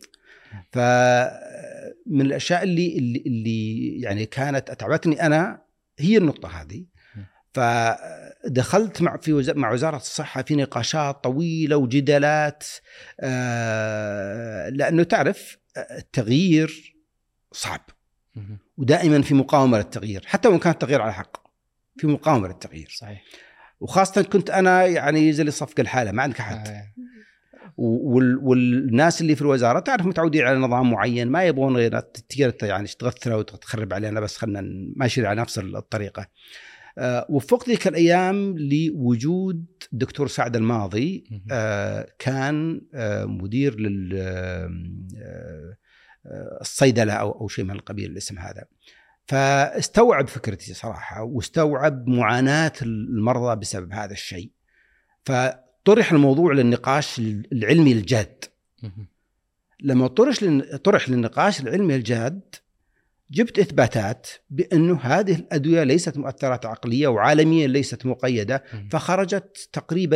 فمن الأشياء اللي يعني كانت أتعبتني أنا هي النقطة هذه. فدخلت مع وزارة الصحة في نقاشات طويلة وجدالات، لأنه تعرف التغيير صعب، ودائما في مقاومة للتغيير، حتى وإن كان التغيير على حق في مقاومة للتغيير. صحيح. وخاصة كنت أنا يعني زي اللي صفق الحالة، ما عندك أحد. والناس اللي في الوزارة تعرف متعودين على نظام معين، ما يبغون غير يعني تغثره وتخرب علينا، بس خلنا ماشي على نفس الطريقة. وفقت ذيك الأيام لوجود دكتور سعد الماضي، كان مدير للصيدلة أو شيء من القبيل الاسم هذا. فاستوعب فكرتي صراحة، واستوعب معاناة المرضى بسبب هذا الشيء. فطرح الموضوع للنقاش العلمي الجاد. لما طرح للنقاش العلمي الجاد، جبت إثباتات بأنه هذه الأدوية ليست مؤثرات عقلية وعالميا ليست مقيدة. فخرجت تقريبا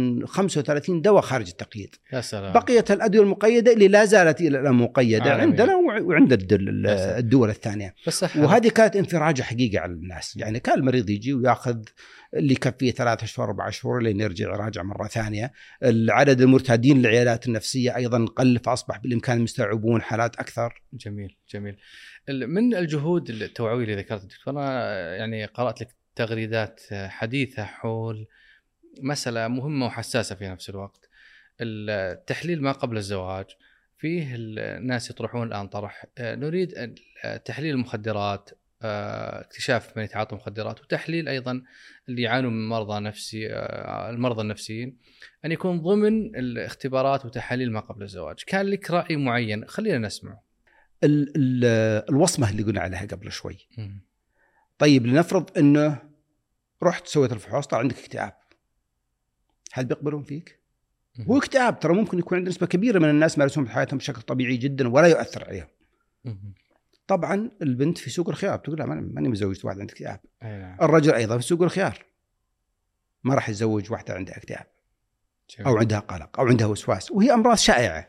35 دواء خارج التقييد. يا سلام. بقية الأدوية المقيدة اللي لا زالت إلى الآن مقيدة عندنا وعند الدول الثانية. وهذه كانت انفراجة حقيقة على الناس. يعني كان المريض يجي ويأخذ اللي يكفيه 3 أشهر 4 أشهر لين يرجع يراجع مرة ثانية. العدد المرتادين للعيادات النفسية أيضا قل، فأصبح بالإمكان يستوعبون حالات أكثر. جميل جميل. من الجهود التوعوية اللي ذكرت دكتور، أنا يعني قرأت لك تغريدات حديثة حول مسألة مهمة وحساسة في نفس الوقت، التحليل ما قبل الزواج. فيه الناس يطرحون الآن طرح نريد تحليل المخدرات، اكتشاف من يتعاطى مخدرات، وتحليل أيضا اللي يعانوا من المرضى النفسيين، أن يكون ضمن الاختبارات وتحاليل ما قبل الزواج. كان لك رأي معين، خلينا نسمعه. الوصمة اللي قلنا عليها قبل شوي. طيب لنفرض أنه رحت سويت الفحوص طلع عندك اكتئاب، هل بيقبلون فيك؟ هو اكتئاب ترى ممكن يكون عند نسبة كبيرة من الناس مارسون حياتهم بشكل طبيعي جدا ولا يؤثر عليهم. طبعا البنت في سوق الخيار تقول لا ماني متزوجت واحد عندها اكتئاب. الرجل أيضا في سوق الخيار ما راح يتزوج واحدة عندها اكتئاب أو عندها قلق أو عندها وسواس، وهي أمراض شائعة.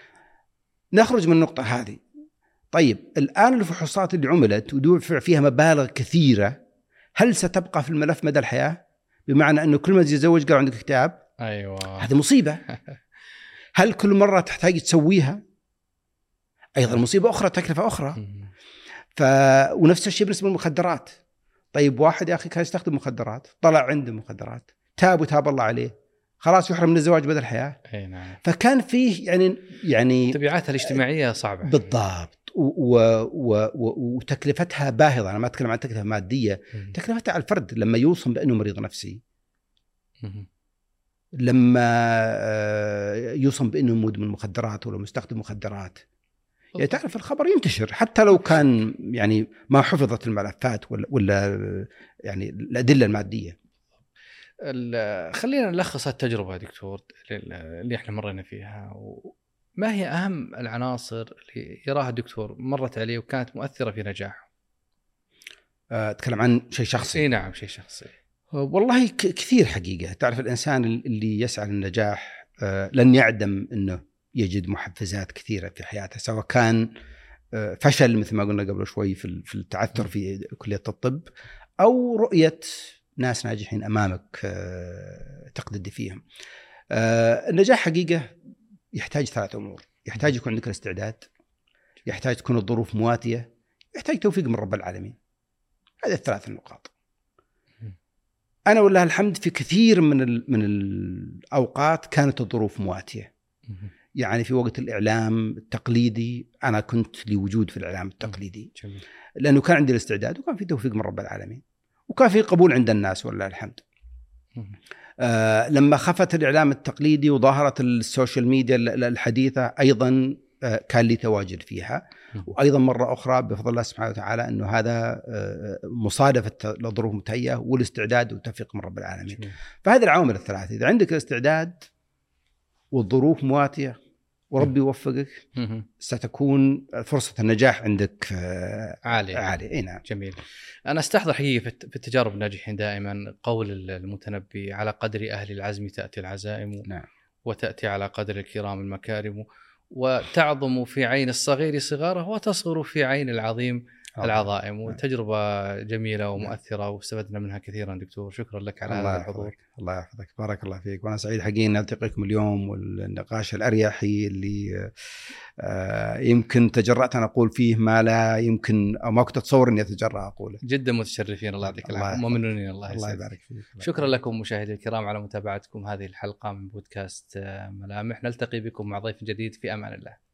نخرج من النقطة هذه. طيب الآن الفحوصات اللي عملت ودفع فيها مبالغ كثيرة، هل ستبقى في الملف مدى الحياة؟ بمعنى أنه كل ما تتزوج قال عندك اكتئاب. أيوة. هذه مصيبة. هل كل مرة تحتاج تسويها؟ أيضا مصيبة أخرى، تكلفة أخرى. ونفس الشيء بالنسبة للمخدرات. طيب واحد يا أخي كان يستخدم مخدرات، طلع عنده مخدرات، تاب وتاب الله عليه، خلاص يحرم من الزواج بدل الحياة. نعم. فكان فيه يعني تبعاتها الاجتماعية صعبة. بالضبط. وتكلفتها باهظة. أنا ما أتكلم عن تكلفة مادية، تكلفتها على الفرد لما يوصم بأنه مريض نفسي، لما يوصم بأنه مدمن مخدرات ولا مستخدم مخدرات. يعني تعرف الخبر ينتشر حتى لو كان يعني ما حفظت الملفات ولا يعني الأدلة المادية. خلينا نلخص التجربة دكتور اللي احنا مرينا فيها، ما هي أهم العناصر اللي يراها الدكتور مرت عليه وكانت مؤثرة في نجاحه؟ أتكلم عن شيء شخصي. نعم، شيء شخصي. والله كثير حقيقة. تعرف الإنسان اللي يسعى للنجاح لن يعدم أنه يجد محفزات كثيرة في حياته، سواء كان فشل مثل ما قلنا قبل شوي في التعثر في كلية الطب، أو رؤية ناس ناجحين أمامك تقتدي فيهم. النجاح حقيقة يحتاج 3 أمور. يحتاج يكون عندك الاستعداد، يحتاج تكون الظروف مواتية، يحتاج توفيق من رب العالمين. هذه ال3 النقاط. أنا والله الحمد في كثير من الأوقات كانت الظروف مواتية. يعني في وقت الإعلام التقليدي أنا كنت لي وجود في الإعلام التقليدي، لأنه كان عندي الاستعداد وكان في توفيق من رب العالمين وكان في قبول عند الناس والله الحمد. لما خفت الإعلام التقليدي وظهرت السوشيال ميديا الحديثة أيضا كان لي تواجد فيها. وأيضا مرة أخرى بفضل الله سبحانه وتعالى أنه هذا مصادفة لظروف متهيئة والاستعداد والتوفيق من رب العالمين. فهذه العوامل ال3. إذا عندك الاستعداد والظروف مواتية وربي يوفقك، ستكون فرصة النجاح عندك عالية. إيه نعم. جميل. أنا استحضر حقيقة في التجارب الناجحين دائما قول المتنبي: على قدر أهل العزم تأتي العزائم. نعم. وتأتي على قدر الكرام المكارم، وتعظم في عين الصغير صغاره وتصغر في عين العظيم العظائم. وتجربة جميلة ومؤثرة واستفدنا منها كثيرا دكتور. شكرا لك على هذا الحضور. الله يحفظك. بارك الله فيك. وأنا سعيد حقيقة أن ألتقيكم اليوم، والنقاش الأريحي اللي يمكن تجرأت أن أقول فيه ما لا يمكن أو ما كنت أتصور أني أتجرأ أقوله. جدا متشرفين. الله يعطيك العافية وممنونين. الله يبارك فيك. شكرا لكم مشاهدي الكرام على متابعتكم هذه الحلقة من بودكاست ملامح. نلتقي بكم مع ضيف جديد في أمان الله.